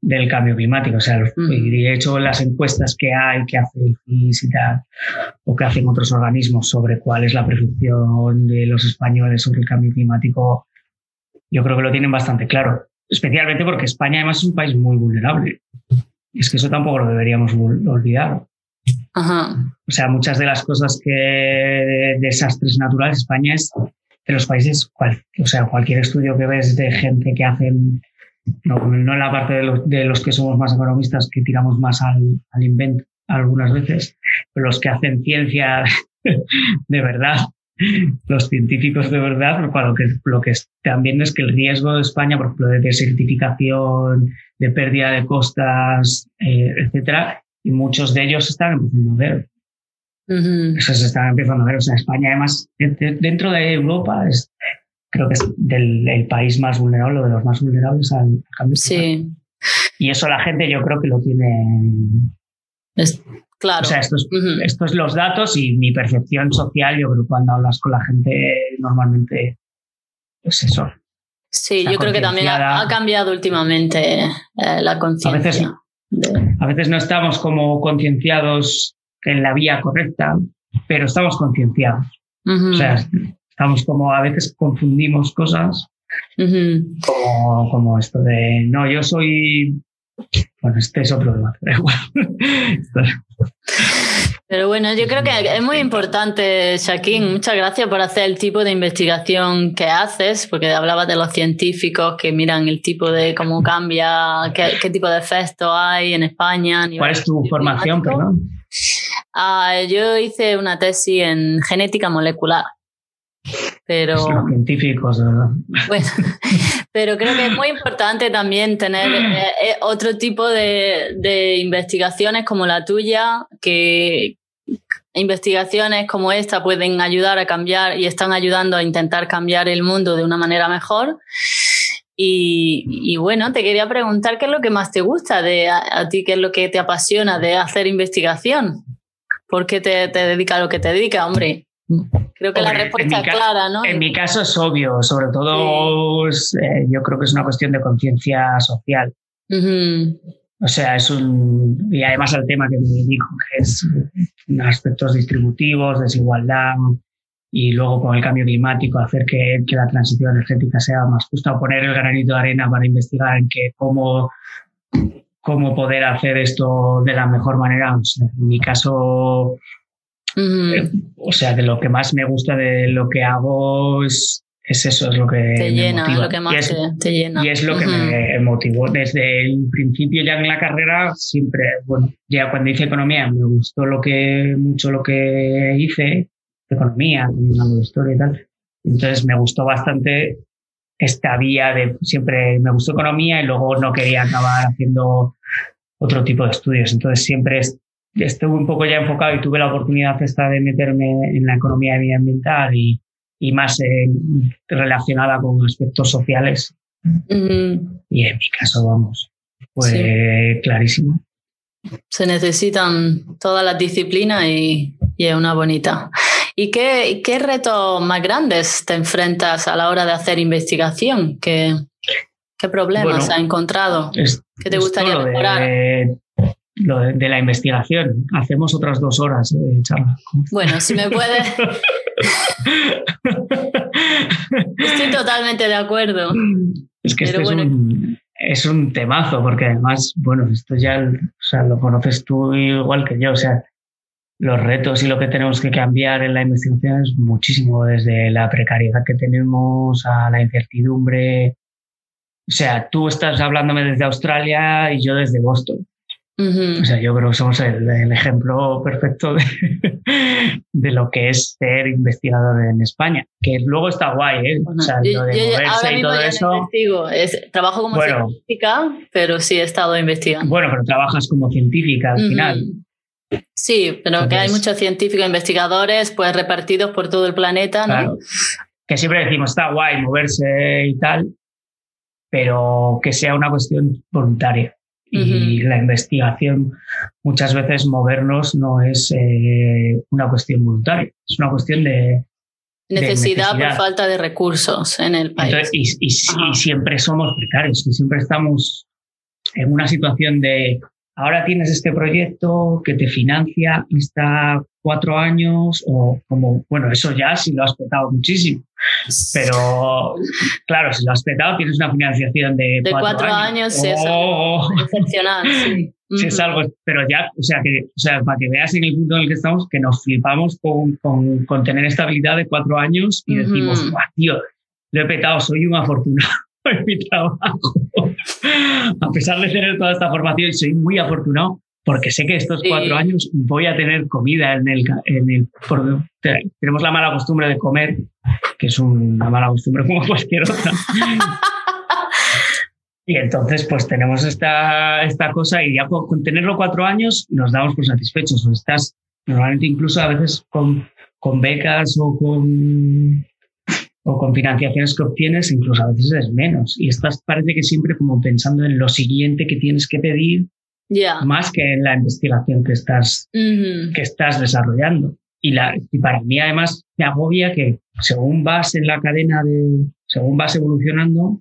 del cambio climático. O sea, los, mm. y de hecho las encuestas que hay, que hace el C I S y tal, o que hacen otros organismos sobre cuál es la percepción de los españoles sobre el cambio climático, yo creo que lo tienen bastante claro. Especialmente porque España además es un país muy vulnerable. Es que eso tampoco lo deberíamos olvidar. Ajá. O sea, muchas de las cosas que de desastres naturales, España es de los países, cual, o sea, cualquier estudio que ves de gente que hacen, no, no en la parte de los, de los que somos más economistas, que tiramos más al, al invento algunas veces, pero los que hacen ciencia de verdad, los científicos de verdad, lo que, lo que están viendo es que el riesgo de España, por ejemplo, de desertificación, de pérdida de costas, eh, etcétera, y muchos de ellos se están empezando a ver. Uh-huh. Eso se están empezando a ver. O sea, España, además, dentro de Europa, es, creo que es del el país más vulnerable, de los más vulnerables al, al cambio climático. Sí. Y eso la gente, yo creo que lo tiene. Es, claro. O sea, esto es, uh-huh. esto es los datos y mi percepción social. Yo creo que cuando hablas con la gente, normalmente, pues eso. Sí, yo creo que también ha, ha cambiado últimamente eh, la conciencia. De... A veces no estamos como concienciados en la vía correcta, pero estamos concienciados. Uh-huh. O sea, estamos como a veces confundimos cosas uh-huh. como, como esto de no, yo soy... Bueno, este es otro debate, pero igual. Pero bueno, yo creo que es muy importante, Shaquín, muchas gracias por hacer el tipo de investigación que haces, porque hablabas de los científicos que miran el tipo de cómo cambia, qué, qué tipo de efectos hay en España. ¿Cuál es tu formación, perdón? Uh, yo hice una tesis en genética molecular. Pero es los científicos, ¿verdad? Bueno, pero creo que es muy importante también tener eh, eh, otro tipo de, de investigaciones como la tuya, que investigaciones como esta pueden ayudar a cambiar y están ayudando a intentar cambiar el mundo de una manera mejor. Y, y bueno, te quería preguntar qué es lo que más te gusta de a, a ti, qué es lo que te apasiona de hacer investigación. ¿Por qué te, te dedicas a lo que te dedicas, hombre? Creo que Hombre, la respuesta es clara, ¿no? En mi caso es obvio, sobre todo sí. es, eh, yo creo que es una cuestión de conciencia social. Uh-huh. O sea, es un... Y además el tema que me dedico, que es aspectos distributivos, desigualdad, y luego con el cambio climático hacer que, que la transición energética sea más justa, o poner el granito de arena para investigar en que cómo, cómo poder hacer esto de la mejor manera. O sea, en mi caso... Uh-huh. Eh, o sea, de lo que más me gusta de lo que hago es, es eso, es lo que te me llena, motiva. lo que más y es, te, te llena. Y es lo uh-huh. que me motivó desde el principio ya en la carrera, siempre, bueno, ya cuando hice economía me gustó lo que mucho lo que hice, economía, de historia y tal. Entonces me gustó bastante esta vía de siempre me gustó economía y luego no quería acabar haciendo otro tipo de estudios. Entonces siempre es estuve un poco ya enfocado y tuve la oportunidad esta de meterme en la economía medioambiental y, y más eh, relacionada con aspectos sociales. Mm. Y en mi caso, vamos, pues sí. Clarísimo. Se necesitan todas las disciplinas y, y es una bonita. ¿Y qué, qué retos más grandes te enfrentas a la hora de hacer investigación? ¿Qué, qué problemas bueno, has encontrado? Es, ¿Qué te gustaría mejorar? De... Lo de, de la investigación. Hacemos otras dos horas de charla. Bueno, si me puedes... Estoy totalmente de acuerdo. Es que este bueno... es, un, es un temazo, porque además, bueno, esto ya o sea, lo conoces tú igual que yo. O sea, los retos y lo que tenemos que cambiar en la investigación es muchísimo, desde la precariedad que tenemos a la incertidumbre. O sea, tú estás hablándome desde Australia y yo desde Boston. Uh-huh. O sea, yo creo que somos el, el ejemplo perfecto de, de lo que es ser investigador en España, que luego está guay, ¿eh? Bueno, o sea, yo, lo de yo, moverse y todo eso. Es, trabajo como bueno, científica, pero sí he estado investigando. Bueno, pero trabajas como científica al uh-huh. final. Sí, pero Entonces, que hay muchos científicos e investigadores pues repartidos por todo el planeta, ¿no? Claro. Que siempre decimos, está guay moverse y tal, pero que sea una cuestión voluntaria. Y uh-huh. la investigación, muchas veces movernos no es eh, una cuestión voluntaria, es una cuestión de necesidad, de necesidad por falta de recursos en el país. Entonces, y, y, y siempre somos precarios, que siempre estamos en una situación de ahora tienes este proyecto que te financia hasta cuatro años o como, bueno, eso ya sí lo has petado muchísimo. Pero, claro, si lo has petado tienes una financiación de, de cuatro, cuatro años. años. Es oh, excepcional, sí. Si es algo, pero ya, o sea, que, o sea, para que veas en el punto en el que estamos, que nos flipamos con, con, con tener estabilidad de cuatro años y decimos, uh-huh. tío, lo he petado, soy un afortunado en mi trabajo. A pesar de tener toda esta formación, soy muy afortunado porque sé que estos sí. cuatro años voy a tener comida en el... En el por, tenemos la mala costumbre de comer, que es una mala costumbre como cualquier otra. Y entonces, pues tenemos esta, esta cosa y ya con, con tenerlo cuatro años nos damos por satisfechos. O estás normalmente incluso a veces con, con becas o con, o con financiaciones que obtienes, incluso a veces es menos. Y estás parece que siempre como pensando en lo siguiente que tienes que pedir, yeah. más que en la investigación que estás, uh-huh. que estás desarrollando. Y, la, y para mí además me agobia que según vas en la cadena de, según vas evolucionando,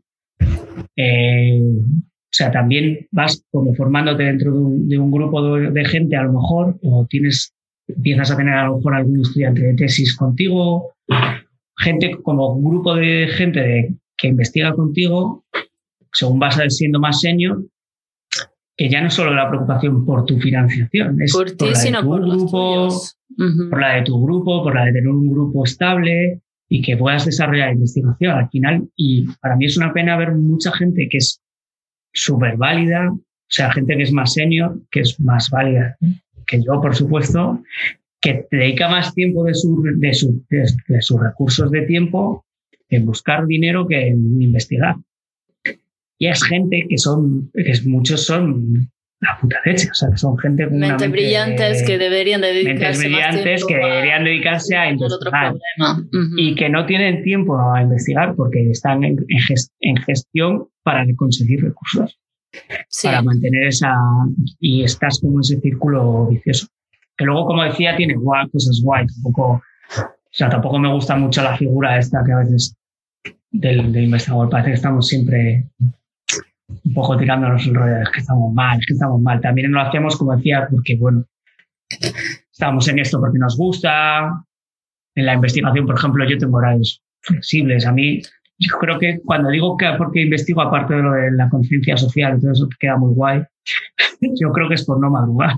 Eh, o sea, también vas como formándote dentro de un, de un grupo de, de gente a lo mejor, o tienes, empiezas a tener a lo mejor algún estudiante de tesis contigo, gente como un grupo de gente de, que investiga contigo, según vas siendo más senior, que ya no es solo la preocupación por tu financiación, es por ti, por la de sino tu por grupo, los uh-huh. por la de tu grupo, por la de tener un grupo estable y que puedas desarrollar investigación al final. Y para mí es una pena ver mucha gente que es súper válida, o sea, gente que es más senior, que es más válida que yo, por supuesto, que dedica más tiempo de, su, de, su, de, de sus recursos de tiempo en buscar dinero que en investigar. Y es gente que son, que muchos son la puta leche, o sea, que son gente con mentes una mente, brillantes que deberían dedicarse mentes brillantes que deberían dedicarse a investigar uh-huh. y que no tienen tiempo a investigar porque están en, en, gest, en gestión para conseguir recursos, sí. para mantener esa, y estás como en ese círculo vicioso. Que luego, como decía, tiene guay, cosas guay, tampoco, o sea, tampoco me gusta mucho la figura esta que a veces del, del investigador, parece que estamos siempre un poco tirándonos el rollo, es que estamos mal, es que estamos mal. También lo hacemos, como decía, porque, bueno, estamos en esto porque nos gusta. En la investigación, por ejemplo, yo tengo horarios flexibles. A mí, yo creo que cuando digo que porque investigo, aparte de lo de la conciencia social, todo eso queda muy guay, yo creo que es por no madrugar.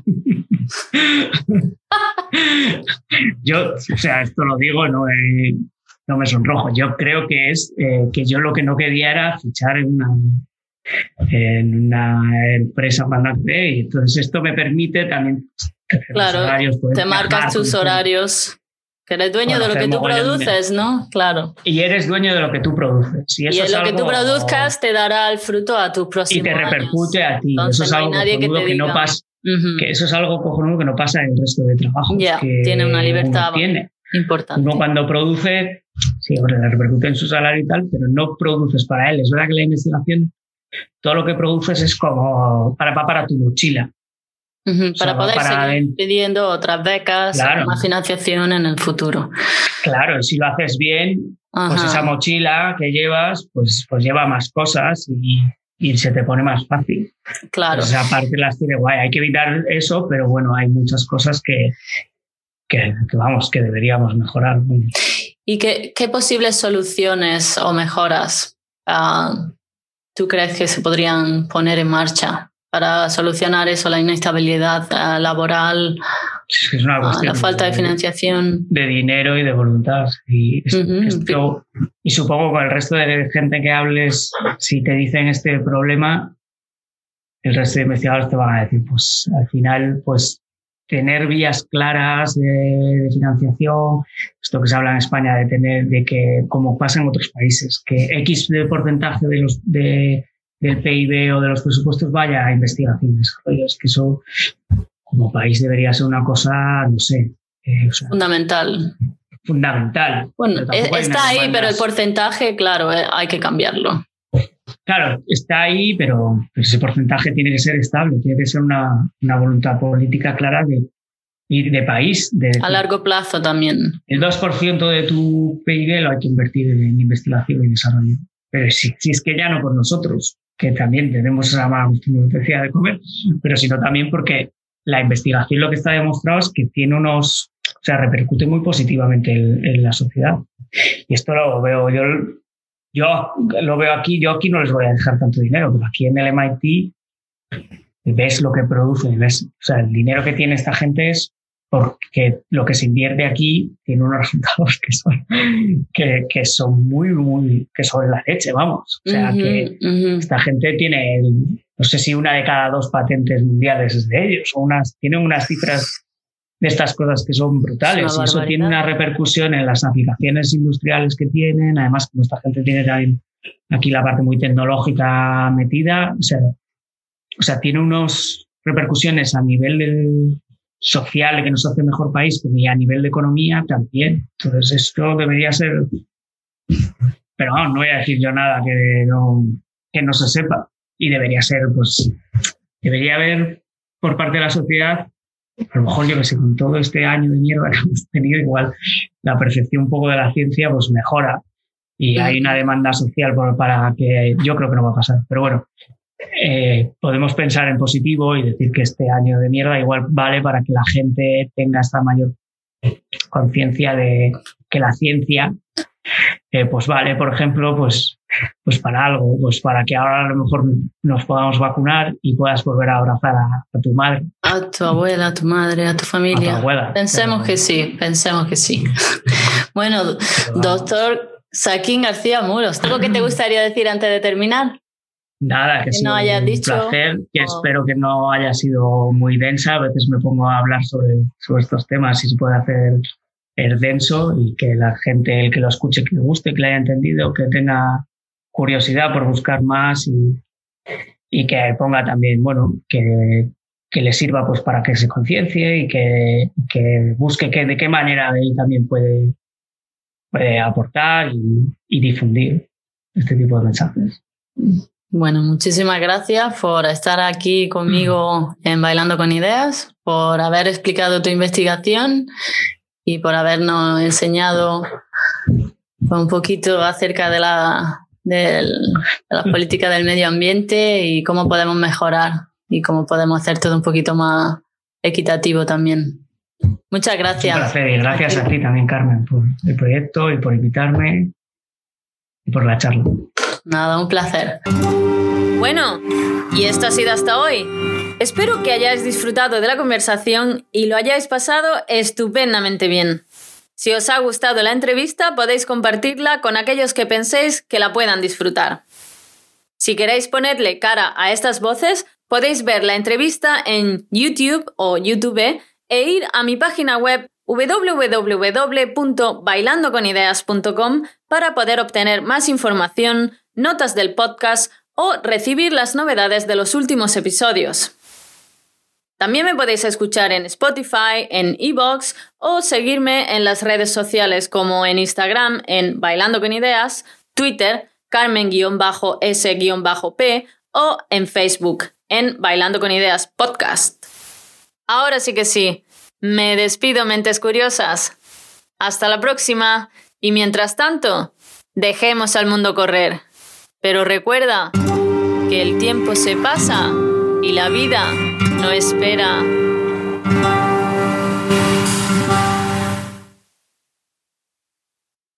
Yo, o sea, esto lo digo, no, eh, no me sonrojo. Yo creo que es eh, que yo lo que no quería era fichar en una en una empresa cuando acabé, y entonces esto me permite también claro, horarios, te marcas tus horarios, que eres dueño de lo que tú produces, ¿no? Claro. Y eres dueño de lo que tú produces. Y, eso y es lo algo, que tú produzcas te dará el fruto a tus próximos años. Y te repercute años. a ti. Entonces, eso es no algo nadie que, te que no pasa. Uh-huh. Que eso es algo cojonudo que no pasa en el resto de trabajos. Yeah, que tiene una libertad tiene. importante. Uno cuando produce, sí, hombre, le repercute en su salario y tal, pero no produces para él. Es verdad que la investigación, todo lo que produces es como para, para tu mochila. Uh-huh, para o sea, poder para seguir pidiendo otras becas, claro. más financiación en el futuro. Claro, y si lo haces bien, uh-huh. pues esa mochila que llevas, pues, pues lleva más cosas y, y se te pone más fácil. Claro. Pues esa parte las tiene guay. Hay que evitar eso, pero bueno, hay muchas cosas que, que, que vamos, que deberíamos mejorar. ¿Y qué, qué posibles soluciones o mejoras uh, tú crees que se podrían poner en marcha para solucionar eso, la inestabilidad uh, laboral, es que es una uh, la falta de, de financiación? De dinero y de voluntad. Y, uh-huh. esto, y supongo que con el resto de gente que hables, si te dicen este problema, el resto de investigadores te van a decir, pues al final, pues tener vías claras de, de financiación, esto que se habla en España de tener, de que, como pasa en otros países, que X de porcentaje de los, de, del P I B o de los presupuestos vaya a investigación y desarrollo. Es que eso, como país, debería ser una cosa, no sé. Eh, o sea, fundamental. Fundamental. Bueno, está ahí, pero el porcentaje, claro, eh, hay que cambiarlo. Claro, está ahí, pero ese porcentaje tiene que ser estable, tiene que ser una, una voluntad política clara de, de país. De, a largo plazo también. El dos por ciento de tu P I B lo hay que invertir en investigación y desarrollo. Pero si, si es que ya no por nosotros, que también tenemos esa mala costumbre, decía, de comer, pero sino también porque la investigación lo que está demostrado es que tiene unos, o sea, repercute muy positivamente en, en la sociedad. Y esto lo veo, yo, yo lo veo aquí, yo aquí no les voy a dejar tanto dinero, pero aquí en el M I T ves lo que produce, ves, o sea, el dinero que tiene esta gente es porque lo que se invierte aquí tiene unos resultados que son, que, que son muy, muy, que son la leche, vamos. O sea, uh-huh, que uh-huh. esta gente tiene, no sé si una de cada dos patentes mundiales es de ellos, o unas, tienen unas cifras de estas cosas que son brutales, y eso tiene una repercusión en las aplicaciones industriales que tienen. Además, como esta gente tiene también aquí la parte muy tecnológica metida, o sea, o sea tiene unas repercusiones a nivel del social que nos hace mejor país, pero y a nivel de economía también. Entonces esto debería ser, pero no, no voy a decir yo nada que no, que no se sepa, y debería ser, pues, debería haber por parte de la sociedad, a lo mejor yo que sé, con todo este año de mierda que hemos tenido, igual la percepción un poco de la ciencia pues mejora, y hay una demanda social por, para que, yo creo que no va a pasar, pero bueno, Eh, podemos pensar en positivo y decir que este año de mierda igual vale para que la gente tenga esta mayor conciencia de que la ciencia eh, pues vale, por ejemplo, pues, pues para algo, pues para que ahora a lo mejor nos podamos vacunar y puedas volver a abrazar a, a tu madre, a tu abuela, a tu madre, a tu familia. A tu abuela, pensemos pero... que sí, pensemos que sí. Bueno, pero... doctor Saquín García Muros, ¿algo que te gustaría decir antes de terminar? Nada, que, que no haya un dicho, placer, que oh. espero que no haya sido muy densa. A veces me pongo a hablar sobre, sobre estos temas y se puede hacer el denso, y que la gente, el que lo escuche, que le guste, que le haya entendido, que tenga curiosidad por buscar más, y, y que ponga también, bueno, que, que le sirva pues para que se conciencie y que, que busque que, de qué manera él también puede, puede aportar y, y difundir este tipo de mensajes. Bueno, muchísimas gracias por estar aquí conmigo en Bailando con Ideas, por haber explicado tu investigación y por habernos enseñado un poquito acerca de la, de la política del medio ambiente y cómo podemos mejorar y cómo podemos hacer todo un poquito más equitativo también. Muchas gracias. Un placer, y gracias a ti también, Carmen, por el proyecto y por invitarme y por la charla. Nada, un placer. Bueno, y esto ha sido hasta hoy. Espero que hayáis disfrutado de la conversación y lo hayáis pasado estupendamente bien. Si os ha gustado la entrevista, podéis compartirla con aquellos que penséis que la puedan disfrutar. Si queréis ponerle cara a estas voces, podéis ver la entrevista en YouTube o YouTube e ir a mi página web doble u doble u doble u punto bailando con ideas punto com para poder obtener más información, notas del podcast o recibir las novedades de los últimos episodios. También me podéis escuchar en Spotify, en iVoox o seguirme en las redes sociales como en Instagram en Bailando con Ideas, Twitter Carmen S P o en Facebook en Bailando con Ideas Podcast. Ahora sí que sí, me despido, mentes curiosas. Hasta la próxima y mientras tanto, dejemos al mundo correr. Pero recuerda que el tiempo se pasa y la vida no espera.